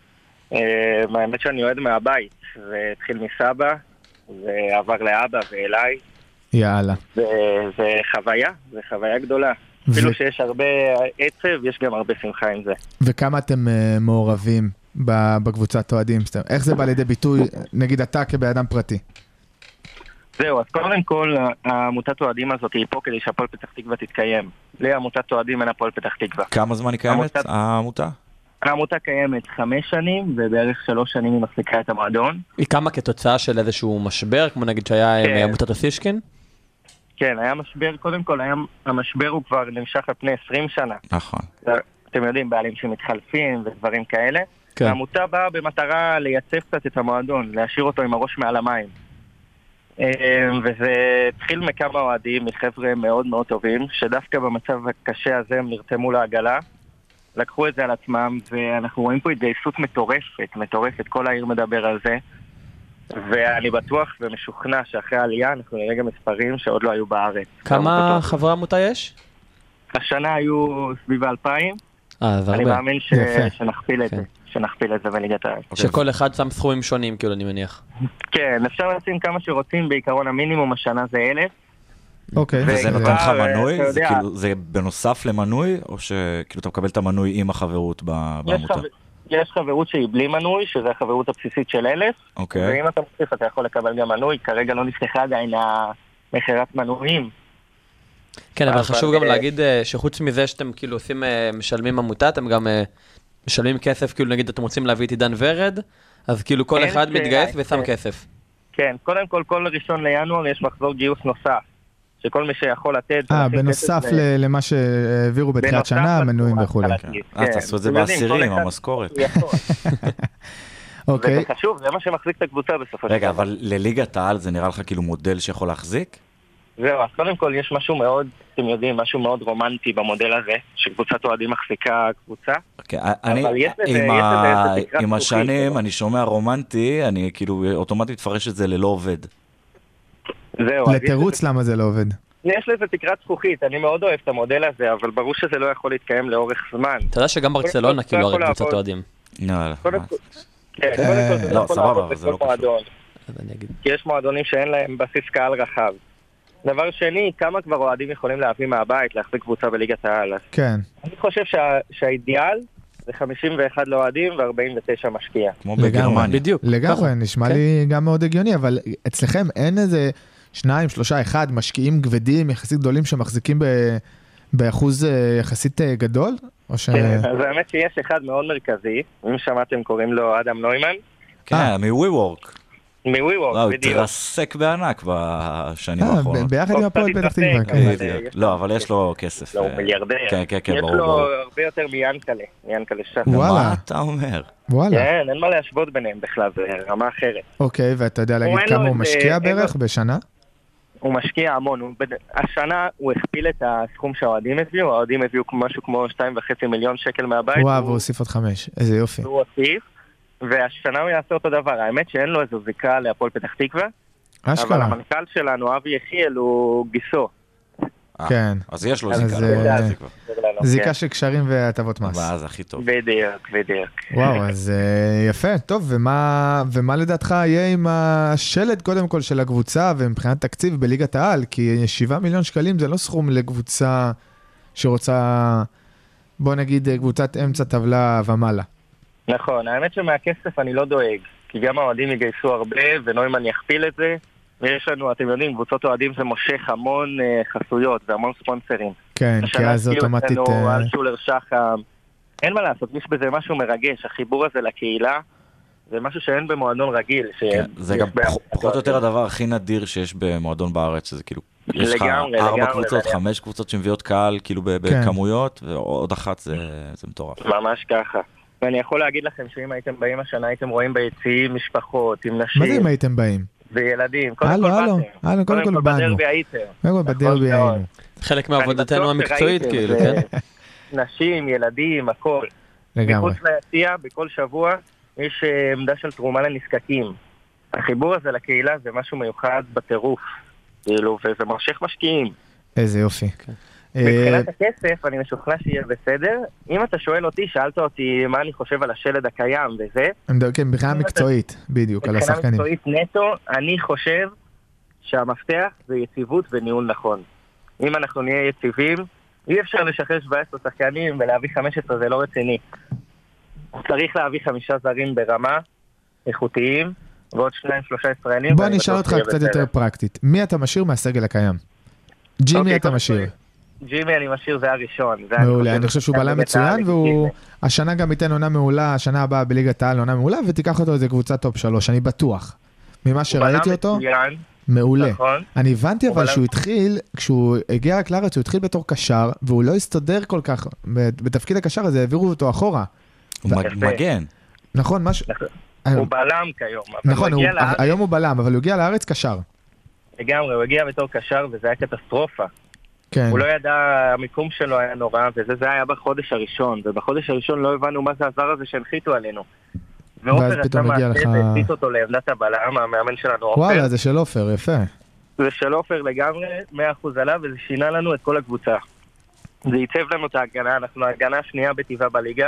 האמת שאני אוהד מהבית, זה התחיל מסבא, זה עבר לאבא ואליי. יאללה. זה חוויה, זה חוויה גדולה. אפילו שיש הרבה עצב, יש גם הרבה שמחה עם זה. וכמה אתם מעורבים בקבוצת אוהדים? איך זה בא לידי ביטוי, נגיד אתה כבאדם פרטי? זהו, אז קודם כל, העמותת אוהדים הזאת היא פה כדי שהפועל פתח תקווה תתקיים. לי עמותת אוהדים אין הפועל פתח תקווה. כמה זמן היא קיימת, העמותה? העמותה קיימת חמש שנים, ובערך שלוש שנים היא מחזיקה את המועדון. היא קמה כתוצאה של איזשהו משבר, כמו נגיד שהיה עם עמותת אוסישקין? כן, היה משבר, קודם כל, המשבר הוא כבר נמשך על פני עשרים שנה. נכון. אתם יודעים, בעלים שמתחלפים ודברים כאלה. העמותה באה במטרה לייצב קצת את המועדון, להשאיר אותו עם הראש מעל המים. וזה התחיל מכמה אוהדים, מחבר'ה מאוד מאוד טובים, שדווקא במצב הקשה הזה הם נרתמו לעגלה, לקחו את זה על עצמם, ואנחנו רואים פה התגייסות מטורפת, מטורפת, כל העיר מדבר על זה, ואני בטוח ומשוכנע שאחרי העלייה אנחנו נראה גם מספרים שעוד לא היו בארץ. כמה חברי עמותה יש? השנה היו סביב אלפיים, אני מאמין שנכפיל את זה. שנכפיל את זה בליגת העל. שכל אחד שם סכומים שונים, כאילו, אני מניח. כן, אפשר לשים כמה שרוצים, בעיקרון המינימום השנה זה אלף. אוקיי. וזה נותן לך מנוי? זה בנוסף למנוי, או שכאילו אתה מקבל את המנוי עם החברות בעמותה? יש חברות שהיא בלי מנוי, שזה החברות הבסיסית של אלף. אוקיי. ואם אתה מוסיף, אתה יכול לקבל גם מנוי. כרגע לא נפתחה עדיין המחירת מנויים. כן, אבל חשוב גם להגיד שחוץ מזה שאתם כאילו עושים, משלמים עמותה, אתם גם משלמים כסף, כאילו נגיד אתם רוצים להביא את עידן ורד, אז כאילו כל אחד מתגייס ושם כסף. כן, קודם כל, כל ראשון לינואר יש מחזור גיוס נוסף, שכל מי שיכול לתת... אה, בנוסף למה שהעבירו בתחילת שנה, מנויים וכו'. אז תעשו את זה בעשירים, המשכורת. וזה חשוב, זה מה שמחזיק את הקבוצה בסופו של רגע, אבל לליגת העל זה נראה לך כאילו מודל שיכול להחזיק? זהו, אז קודם כל יש משהו מאוד, אתם יודעים, משהו מאוד רומנטי במודל הזה, שקבוצת אוהדים מחזיקה קבוצה. עם השנים, אני שומע רומנטי, אני כאילו אוטומטית מפרש את זה ללא עובד. זהו. לתירוץ למה זה לא עובד. יש לזה תקרת זכוכית, אני מאוד אוהב את המודל הזה, אבל ברור שזה לא יכול להתקיים לאורך זמן. אתה יודע שגם ברצלונה כאילו הרי קבוצת אוהדים. לא, סבבה, אבל זה לא קשור. כי יש מועדונים שאין להם בסיס קהל רחב. דבר שני, כמה כבר אוהדים יכולים להביא מהבית, להחזיק קבוצה בליגת העל? כן. אני חושב שה, שהאידיאל זה חמישים ואחד לאוהדים ו-ארבעים ותשע משקיע. כמו בגרמניה. בדיוק. לגמרי, נשמע לי גם מאוד הגיוני, אבל אצלכם אין איזה שניים, שלושה, אחד, משקיעים גבדים יחסית גדולים שמחזיקים באחוז יחסית גדול? כן, אז האמת שיש אחד מאוד מרכזי, אם שמעתם קוראים לו אדם נוימן. כן, מ-WeWork. מ-WeWork, בדיוק. הוא תרסק בענק בשנים האחרונות. ביחד עם הפועל פתח תקווה. לא, אבל יש לו כסף. לא, הוא מיליארדר. כן, כן, כן, ברור. יש לו הרבה יותר מיאנקלה, מיאנקלה שחר. וואלה. מה אתה אומר? וואלה. כן, אין מה להשוות ביניהם בכלל, זה רמה אחרת. אוקיי, ואתה יודע להגיד כמה הוא משקיע בערך בשנה? הוא משקיע המון. הוא, השנה הוא הכפיל את הסכום שהאוהדים הביאו, האוהדים הביאו משהו כמו שתיים וחצי מיליון שקל מהבית. וואו, הוא הוסיף עוד חמש, איזה יופי. הוא הוסיף, והשנה הוא יעשה אותו דבר. האמת שאין לו איזו זיקה להפועל פתח תקווה, אשכרה. אבל המנכ"ל שלנו, אבי יחיאל, הוא גיסו. כן. אז יש לו אז, זיקה. אה, לא זיקה. זיקה של קשרים והטבות מס. מה, זה הכי טוב. בדיוק, בדיוק. וואו, אז uh, יפה, טוב, ומה, ומה לדעתך יהיה עם השלד קודם כל של הקבוצה ומבחינת תקציב בליגת העל? כי שבעה מיליון שקלים זה לא סכום לקבוצה שרוצה, בוא נגיד, קבוצת אמצע טבלה ומעלה. נכון, האמת שמהכסף אני לא דואג, כי גם האוהדים יגייסו הרבה, ונוימן יכפיל את זה, ויש לנו, אתם יודעים, קבוצות אוהדים זה מושך המון uh, חסויות והמון ספונסרים. כן, כי אז אוטומטית... השנה כאילו על שולר שחם, אין מה לעשות, יש בזה משהו מרגש, החיבור הזה לקהילה, זה משהו שאין במועדון רגיל. כן, זה גם פחות או יותר הדבר הכי נדיר שיש במועדון בארץ, שזה כאילו, יש לך ארבע קבוצות, חמש קבוצות שמביאות קהל, כאילו בכמויות, ועוד אחת זה מטורף. ממש ככה. ואני יכול להגיד לכם שאם הייתם באים השנה, הייתם רואים ביציעים משפחות, עם נשים. מה זה אם הייתם באים? וילדים. הלו, הלו, הלו, קודם כל באנו. בדרבי הייתם. קודם כל בדרבי היינו. חלק מעבודתנו המקצועית, כאילו, כן? נשים, ילדים, הכל. לגמרי. מחוץ ליציע, בכל שבוע, יש עמדה של תרומה לנזקקים. החיבור הזה לקהילה זה משהו מיוחד בטירוף. כאילו, וזה מושך משקיעים. איזה יופי. מבחינת הכסף, אני משוכנע שיהיה בסדר. אם אתה שואל אותי, שאלת אותי מה אני חושב על השלד הקיים וזה. כן, מבחינה מקצועית, בדיוק, על השחקנים. מבחינה מקצועית נטו, אני חושב שהמפתח זה יציבות וניהול נכון. אם אנחנו נהיה יציבים, אי אפשר לשחרר שבע עשרה שחקנים ולהביא חמש עשרה, זה לא רציני. צריך להביא חמישה זרים ברמה, איכותיים, ועוד שניים, שלושה ישראלים. בוא נשאל אותך קצת יותר פרקטית. מי אתה משאיר מהסגל הקיים? ג'ימי אתה משאיר. ג'ימי אני משאיר, זה הראשון. מעולה, אני חושב שהוא בלם מצוין, והוא השנה גם ייתן עונה מעולה, השנה הבאה בליגת העל עונה מעולה, ותיקח אותו איזה קבוצה טופ שלוש, אני בטוח. ממה שראיתי אותו, מעולה. אני הבנתי אבל שהוא התחיל, כשהוא הגיע רק לארץ, הוא התחיל בתור קשר, והוא לא הסתדר כל כך, בתפקיד הקשר הזה העבירו אותו אחורה. הוא מגן. נכון, משהו... הוא בלם כיום. נכון, היום הוא בלם, אבל הוא הגיע לארץ קשר. לגמרי, הוא הגיע בתור קשר, וזה היה קטסטרופה. כן. הוא לא ידע, המיקום שלו היה נורא, וזה זה היה בחודש הראשון, ובחודש הראשון לא הבנו מה זה הזר הזה שהנחיתו עלינו. ואז פתאום הגיע לך... והציט אותו לעמדת הבלם, המאמן שלנו אופר. וואלה, זה של אופר, יפה. זה של אופר לגמרי, מאה אחוז עליו, וזה שינה לנו את כל הקבוצה. זה ייצב לנו את ההגנה, אנחנו ההגנה השנייה בטבעה בליגה,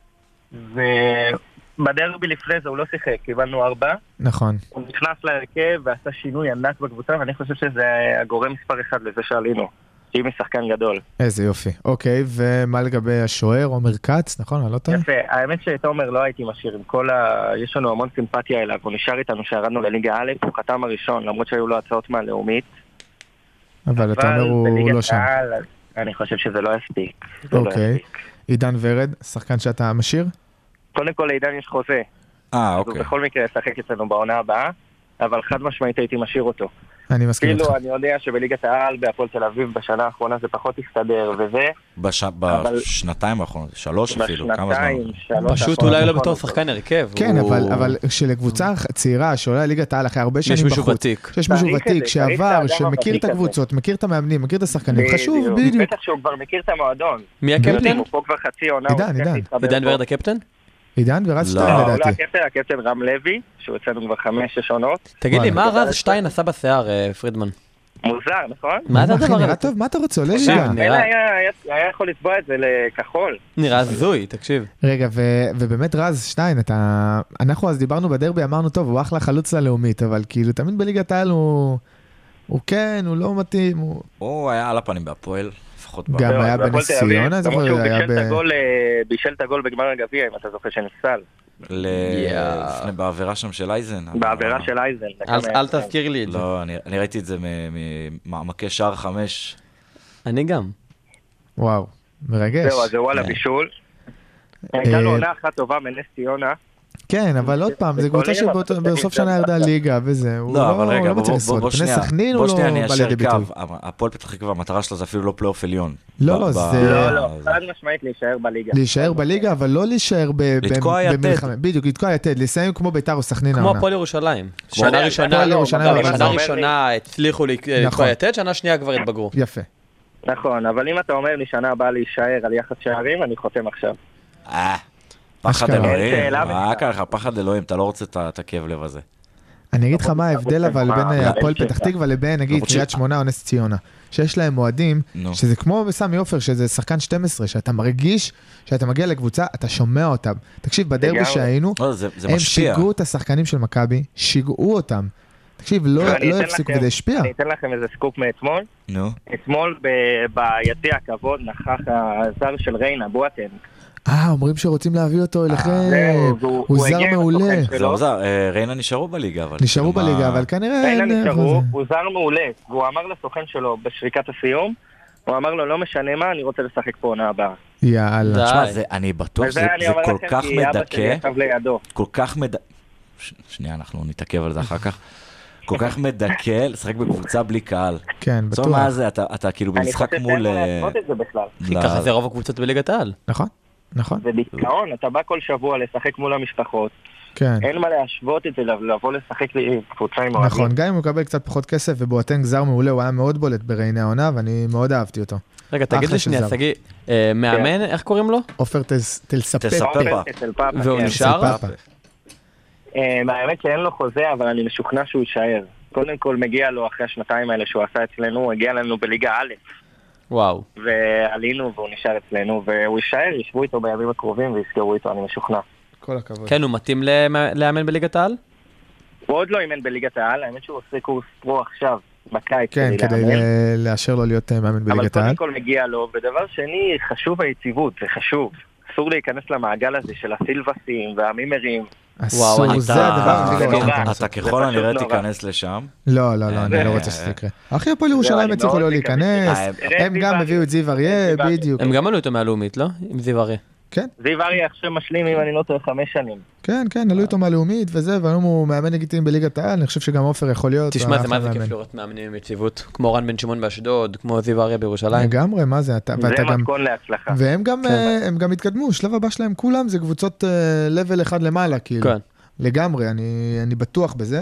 ובדרבי לפני זה הוא לא שיחק, קיבלנו ארבע. נכון. הוא נכנס להרכב ועשה שינוי ענק בקבוצה, ואני חושב שזה הגורם מספר אחד לזה שעלינו. ג'ימי שחקן גדול. איזה יופי. אוקיי, ומה לגבי השוער, עומר כץ, נכון? לא טועה? יפה, האמת שאת עומר לא הייתי משאיר עם כל ה... יש לנו המון סימפתיה אליו, הוא נשאר איתנו שירדנו לליגה א', הוא חתם הראשון, למרות שהיו לו הצעות מהלאומית. אבל אתה אומר הוא לא שם. אני חושב שזה לא יספיק. אוקיי. עידן ורד, שחקן שאתה משאיר? קודם כל לעידן יש חוזה. אה, אוקיי. הוא בכל מקרה ישחק אצלנו בעונה הבאה, אבל חד משמעית הייתי משאיר אותו. אני מסכים איתך. כאילו, אני יודע שבליגת העל בהפועל תל אביב בשנה האחרונה זה פחות הסתדר וזה. בשנתיים האחרונות, שלוש אפילו, כמה זמן? פשוט אולי לא בתור שחקן הרכב. כן, אבל שלקבוצה צעירה שעולה ליגת העל אחרי הרבה שנים בחוץ. יש מישהו ותיק שעבר, שמכיר את הקבוצות, מכיר את המאמנים, מכיר את השחקנים. חשוב, בדיוק. בטח שהוא כבר מכיר את המועדון. מי הקפטן? הוא פה כבר חצי עונה. עידן, עידן. עידן ורד הקפטן? עידן ורז שטיין לדעתי. לא, לא הקפטן, הקפטן רם לוי, שהוא אצלנו כבר חמש, שש עונות. תגיד לי, מה רז שטיין עשה בשיער, פרידמן? מוזר, נכון? מה אתה דבר? נראה טוב, מה אתה רוצה? עולה ליגה. היה יכול לצבוע את זה לכחול. נראה זוי, תקשיב. רגע, ובאמת רז שטיין, אנחנו אז דיברנו בדרבי, אמרנו טוב, הוא אחלה חלוץ ללאומית, אבל כאילו תמיד בליגת העל הוא כן, הוא לא מתאים. הוא היה על הפנים בהפועל. גם היה בנס ציונה, למרות שהוא בישל את הגול בגמר הגביע, אם אתה זוכר שנפסל. בעבירה שם של אייזן. בעבירה של אייזן. אל תזכיר לי את זה. לא, אני ראיתי את זה ממעמקי שער חמש. אני גם. וואו, מרגש. זהו, אז זה וואלה בישול. הייתה לו עונה אחת טובה מנס ציונה. כן, אבל עוד פעם, זו קבוצה שבסוף שנה ירדה ליגה וזה, הוא לא, אבל רגע, לא מצליח לשרוד. בני סכנין הוא לא בא לידי ביטוי. הפועל פתח תקווה, המטרה שלו זה אפילו לא פלייאוף עליון. לא, לא, זה... לא, לא, חד משמעית להישאר בליגה. להישאר בליגה, אבל לא להישאר במלחמה. בדיוק, לתקוע יתד, לסיים כמו ביתר או סכנין העונה. כמו הפועל ירושלים. שנה ראשונה הצליחו לתקוע יתד, שנה שנייה כבר התבגרו. יפה. נכון, אבל אם אתה אומר לי שנה הבאה להישאר על יחס שערים, אני חותם עכשיו. אה, פחד אלוהים, רק עליך, פחד אלוהים, אתה לא רוצה את הכאב לב הזה. אני אגיד לך מה ההבדל אבל בין הפועל פתח תקווה לבין נגיד קריית שמונה או נס ציונה, שיש להם מועדים, שזה כמו בסמי עופר, שזה שחקן שתים עשרה, שאתה מרגיש שאתה מגיע לקבוצה, אתה שומע אותם. תקשיב, בדרבי שהיינו, הם שיגעו את השחקנים של מכבי, שיגעו אותם. תקשיב, לא הפסיקו וזה השפיע. אני אתן לכם איזה סקופ מאתמול. נו. אתמול ביציע הכבוד נכח הזר של ריינה, בואטנג. אה, אומרים שרוצים להביא אותו אליכם. הוא זר מעולה. זהו זר, ריינה נשארו בליגה. נשארו בליגה, אבל כנראה... ריינה נשארו, הוא זר מעולה. והוא אמר לסוכן שלו בשריקת הסיום, הוא אמר לו, לא משנה מה, אני רוצה לשחק פה עונה הבאה. יאללה. תשמע, אני בטוח, זה כל כך מדכא. כל כך מדכא. שנייה, אנחנו נתעכב על זה אחר כך. כל כך מדכא לשחק בקבוצה בלי קהל. כן, בטוח. זאת מה זה, אתה כאילו במשחק מול... אני חושב שאין לעשות את זה בכלל. ככה זה רוב הקבוצות בליגת העל. נכון, נכון. זה דיכאון, אתה בא כל שבוע לשחק מול המשפחות. כן. אין מה להשוות את זה, לבוא לשחק קבוצה עם אוהדים. נכון, גם אם הוא מקבל קצת פחות כסף, ובואטנג זר מעולה, הוא היה מאוד בולט בריינה העונה, ואני מאוד אהבתי אותו. רגע, תגיד לי שנייה, סגי, מאמן, איך קוראים לו? עופר תלספפה. והוא נשאר? האמת שאין לו חוזה, אבל אני משוכנע שהוא יישאר. קודם כל מגיע לו אחרי השנתיים האלה שהוא עשה אצלנו, הוא הגיע לנו בליגה א'. וואו. ועלינו והוא נשאר אצלנו, והוא יישאר, ישבו איתו בימים הקרובים ויסגרו איתו, אני משוכנע. כל הכבוד. כן, הוא מתאים לאמן בליגת העל? הוא עוד לא אימן בליגת העל, האמת שהוא עושה קורס פרו עכשיו, בקיץ. כן, כדי לאשר לו להיות מאמן בליגת העל. אבל קודם כל מגיע לו, ודבר שני, חשוב היציבות, זה חשוב. אסור להיכנס למעגל הזה של הסילבסים והמימרים. אסור, זה הדבר הכי גרוע. אתה ככל הנראה תיכנס לשם. לא, לא, לא, אני לא רוצה שזה יקרה. אחי הפועל ירושלים הצליחו לא להיכנס, הם גם הביאו את זיו אריה, בדיוק. הם גם עלו אותו מהלאומית, לא? עם זיו אריה. כן. זיו אריה עכשיו משלים אם אני לא טועה חמש שנים. כן, כן, עלו איתו מהלאומית וזה, והיום הוא מאמן לגיטימי בליגת העל, אני חושב שגם עופר יכול להיות. תשמע, זה מה זה כיף לראות מאמנים עם יציבות, כמו רן בן שמעון באשדוד, כמו זיו אריה בירושלים. לגמרי, מה זה? זה מתכון להצלחה. והם גם התקדמו, שלב הבא שלהם כולם זה קבוצות לבל אחד למעלה, כאילו. כן. לגמרי, אני, אני בטוח בזה.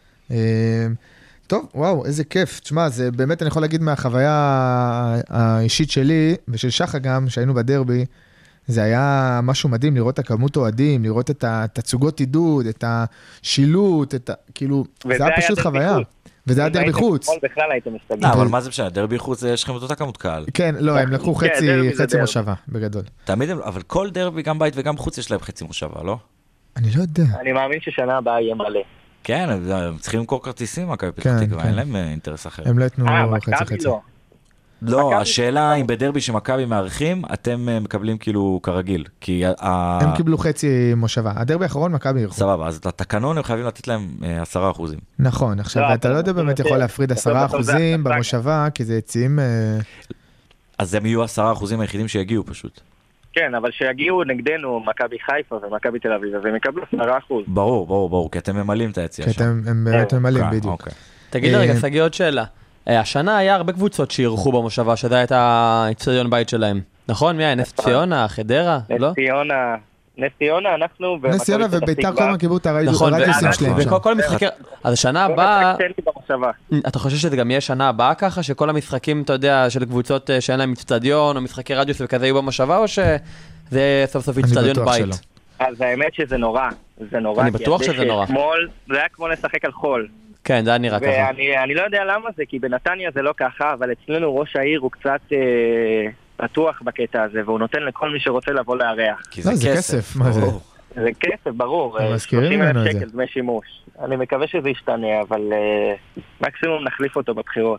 טוב, וואו, איזה כיף. תשמע, זה באמת אני יכול להגיד מהחוויה האישית שלי, ושל שחה גם, שהיינו בדרבי, זה היה משהו מדהים לראות את הכמות אוהדים, לראות את התצוגות עידוד, את השילוט, את ה... כאילו, זה היה פשוט חוויה. וזה היה דרבי חוץ. אבל מה זה משנה? דרבי חוץ יש לכם את אותה כמות קהל. כן, לא, הם לקחו חצי מושבה, בגדול. תמיד, אבל כל דרבי, גם בית וגם חוץ, יש להם חצי מושבה, לא? אני לא יודע. אני מאמין ששנה הבאה יהיה מלא. כן, הם צריכים למכור כרטיסים, מכבי פתח תקווה, אין להם אינטרס אחר. הם לא יתנו חצי חצי. לא, השאלה אם בדרבי שמכבי מארחים, אתם מקבלים כאילו כרגיל. הם קיבלו חצי מושבה. הדרבי האחרון מכבי אירחו. סבבה, אז את התקנון הם חייבים לתת להם עשרה אחוזים. נכון, עכשיו אתה לא יודע באמת יכול להפריד עשרה אחוזים במושבה, כי זה יציאים... אז הם יהיו עשרה אחוזים היחידים שיגיעו פשוט. כן, אבל שיגיעו נגדנו מכבי חיפה ומכבי תל אביב, אז הם יקבלו עשרה אחוז. ברור, ברור, ברור, כי אתם ממלאים את היציאה שם. כי הם באמת ממלאים, בדיוק. תגיד רגע, סגי עוד שאלה. השנה היה הרבה קבוצות שאירחו במושבה, שזה הייתה האצטדיון בית שלהם. נכון? מי היה? נס ציונה, חדרה? נס ציונה, נס ציונה, אנחנו... נס ציונה וביתר כל הזמן קיבלו את הרדיוסים שלהם שם. כל משחקי... אז השנה הבאה... אתה חושב שזה גם יהיה שנה הבאה ככה, שכל המשחקים, אתה יודע, של קבוצות שאין להם אצטדיון, או משחקי רדיוס וכזה יהיו במושבה, או שזה סוף סוף אצטדיון בית? אז האמת שזה נורא. זה נורא. אני בטוח שזה נורא. זה היה כמו לשחק על חול. כן, זה היה נראה ככה. ואני לא יודע למה זה, כי בנתניה זה לא ככה, אבל אצלנו ראש העיר הוא קצת פתוח בקטע הזה, והוא נותן לכל מי שרוצה לבוא לארח. לא, זה כסף, מה זה? זה כסף, ברור. שלושים אלף שקל דמי שימוש. אני מקווה שזה ישתנה, אבל מקסימום נחליף אותו בבחירות.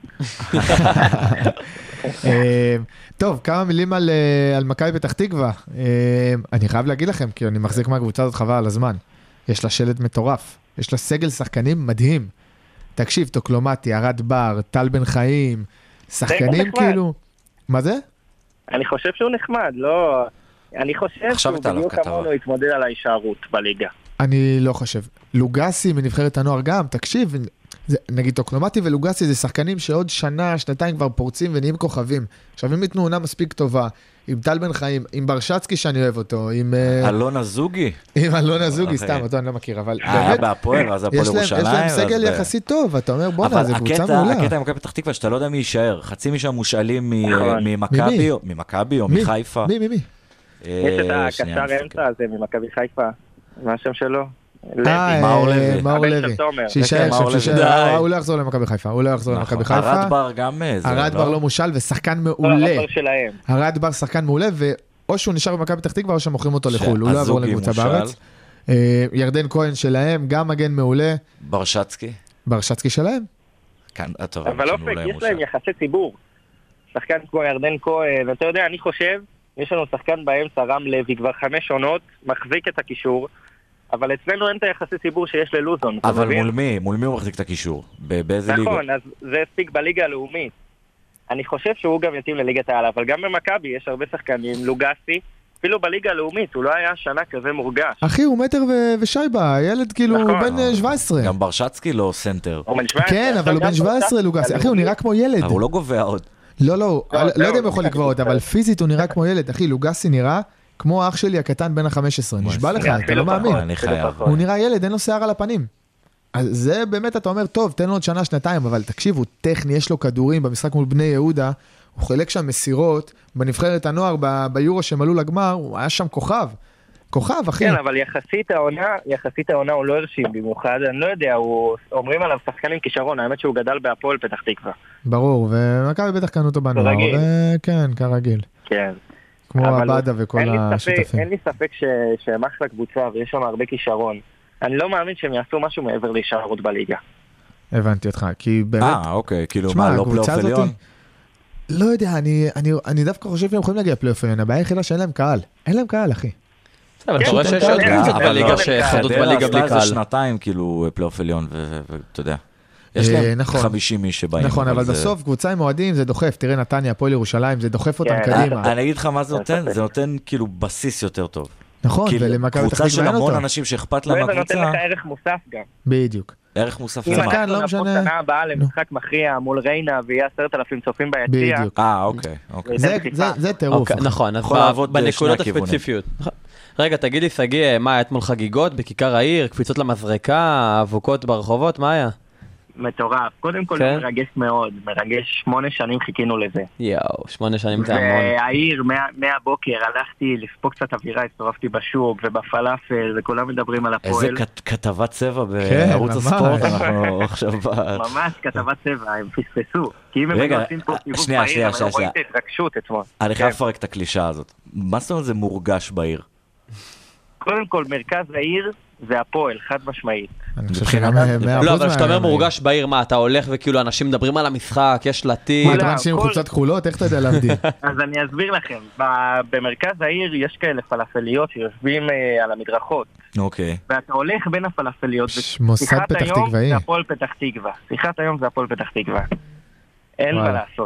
טוב, כמה מילים על מכבי פתח תקווה. אני חייב להגיד לכם, כי אני מחזיק מהקבוצה הזאת חבל על הזמן. יש לה שלד מטורף. יש לה סגל שחקנים מדהים. תקשיב, טוקלומטי, ארד בר, טל בן חיים, שחקנים כאילו... מה זה? אני חושב שהוא נחמד, לא... אני חושב שהוא בדיוק כמונו התמודד על ההישארות בליגה. אני לא חושב. לוגסי מנבחרת הנוער גם, תקשיב, זה, נגיד טוקלומטי ולוגסי זה שחקנים שעוד שנה, שנתיים כבר פורצים ונהיים כוכבים. עכשיו, אם יתנו עונה מספיק טובה, עם טל בן חיים, עם ברשצקי שאני אוהב אותו, עם... אלון הזוגי? עם אלון הזוגי, סתם, אותו אני לא מכיר, אבל באמת... בהפועל, אז הפועל ירושלים. יש להם סגל יחסית טוב, אתה אומר, בוא'נה, זה קבוצה מעולה. אבל הקטע עם מכבי פתח תקווה, שאתה לא יודע מי יישאר. חצי משם מושאלים ממכבי או ממכבי או מחיפה. מי, מי, מי? יש את הקשר אמצע הזה ממכבי חיפה, מה השם שלו? מאור לוי. מאור לוי. שישאר שם, שישאר. הוא לא יחזור למכבי חיפה, הוא לא יחזור למכבי חיפה. ארד בר גם זה, לא? ארד בר לא מושל ושחקן מעולה. ארד בר שלהם. ארד בר שחקן מעולה, ואו שהוא נשאר במכבי פתח תקווה או שמוכרים אותו לחו"ל, הוא לא יעבור לקבוצה בארץ. ירדן כהן שלהם, גם מגן מעולה. ברשצקי? ברשצקי שלהם. אבל אופק, יש להם יחסי ציבור. שחקן כמו ירדן כהן, אתה יודע, אני חושב, יש לנו שחקן באמצע, רם לוי, כבר חמש עונות, מחזיק את הקישור, אבל אצלנו אין את היחסי ציבור שיש ללוזון. אבל מול מי? מול מי הוא מחזיק את הקישור? באיזה ליגה? נכון, אז זה הספיק בליגה הלאומית. אני חושב שהוא גם יתאים לליגת העל, אבל גם במכבי יש הרבה שחקנים, לוגסי, אפילו בליגה הלאומית, הוא לא היה שנה כזה מורגש. אחי, הוא מטר ושייבה, ילד כאילו בן שבע עשרה. גם ברשצקי לא סנטר. כן, אבל הוא בן שבע עשרה לוגסי. אחי, הוא נראה כמו ילד. אבל הוא לא גובע עוד. לא, לא, לא יודע אם יכול לקבוע עוד, אבל פיזית הוא נראה כמו ילד. אחי, לוגסי נראה כמו האח שלי הקטן בן ה-חמש עשרה. נשבע לך, אתה לא מאמין. הוא נראה ילד, אין לו שיער על הפנים. אז זה באמת, אתה אומר, טוב, תן לו עוד שנה, שנתיים, אבל תקשיב, הוא טכני, יש לו כדורים במשחק מול בני יהודה, הוא חילק שם מסירות, בנבחרת הנוער, ביורו שהם עלו לגמר, הוא היה שם כוכב. כוכב, אחי. כן, אבל יחסית העונה, יחסית העונה הוא לא הרשים במיוחד, אני לא יודע, הוא, אומרים עליו שחקן עם כישרון, האמת שהוא גדל בהפועל פתח תקווה. ברור, ומכבי בטח קנו אותו בנוער, וכן, כרגיל. כן. כמו הבאדה וכל השותפים. אין לי ספק שהם אחלה קבוצה, ויש שם הרבה כישרון. אני לא מאמין שהם יעשו משהו מעבר להישארות בליגה. הבנתי אותך, כי באמת... אה, אוקיי, כאילו מה, לא פלייאוף עליון? לא יודע, אני, אני, אני דווקא חושב שהם יכולים להגיע פלייאוף עליון, הבעיה היחידה שאין להם קהל. אין להם קהל, אחי. אבל אתה רואה שיש עוד קבוצות בליגה שחדות בליגה בלי קהל. זה שנתיים, כאילו, פלייאוף עליון, ואתה יודע. יש להם חמישים איש שבאים. נכון, אבל בסוף קבוצה עם אוהדים זה דוחף, תראה נתניה, הפועל ירושלים, זה דוחף אותם קדימה. אני אגיד לך מה זה נותן, זה נותן כאילו בסיס יותר טוב. נכון, ולמכבי קבוצה של המון אנשים שאכפת להם הקבוצה. זה נותן לך ערך מוסף גם. בדיוק. ערך מוסף. אם אנחנו נפות שנה הבאה למשחק מכריע מול ריינה ויהיה עשרת אלפים צופים ביציע. בדיוק. אה, אוקיי. זה טירוף. נכון, אז בנקודות הספציפיות. רגע, תגיד לי, סגי, מה, היה אתמול חגיגות בכיכר העיר, קפיצות למזרקה, אבוקות ברחובות, מה היה? מטורף. קודם כל זה מרגש מאוד, מרגש, שמונה שנים חיכינו לזה. יאו, שמונה שנים זה המון. והעיר, מהבוקר, הלכתי לספוק קצת אווירה, הסתובבתי בשוק ובפלאפל, וכולם מדברים על הפועל. איזה כתבת צבע בערוץ הספורט, אנחנו עכשיו... ממש, כתבת צבע, הם פספסו. כי אם הם היו עושים פה סיבוב בעיר, הם רואים את התרגשות אתמול. אני חייב לפרק את הקלישה הזאת. מה זאת אומרת זה מורגש בעיר? קודם כל, מרכז העיר זה הפועל, חד משמעית. לא, אבל כשאתה אומר מורגש בעיר, מה, אתה הולך וכאילו אנשים מדברים על המשחק, יש שלטים. מה, אתה אנשים עם חולצות כחולות? איך אתה יודע להבדיל? אז אני אסביר לכם. במרכז העיר יש כאלה פלאפליות שיושבים על המדרכות. אוקיי. ואתה הולך בין הפלאפליות. מוסד פתח תקוואי. זה הפועל פתח תקווה. שיחת היום זה הפועל פתח תקווה. אין מה לעשות.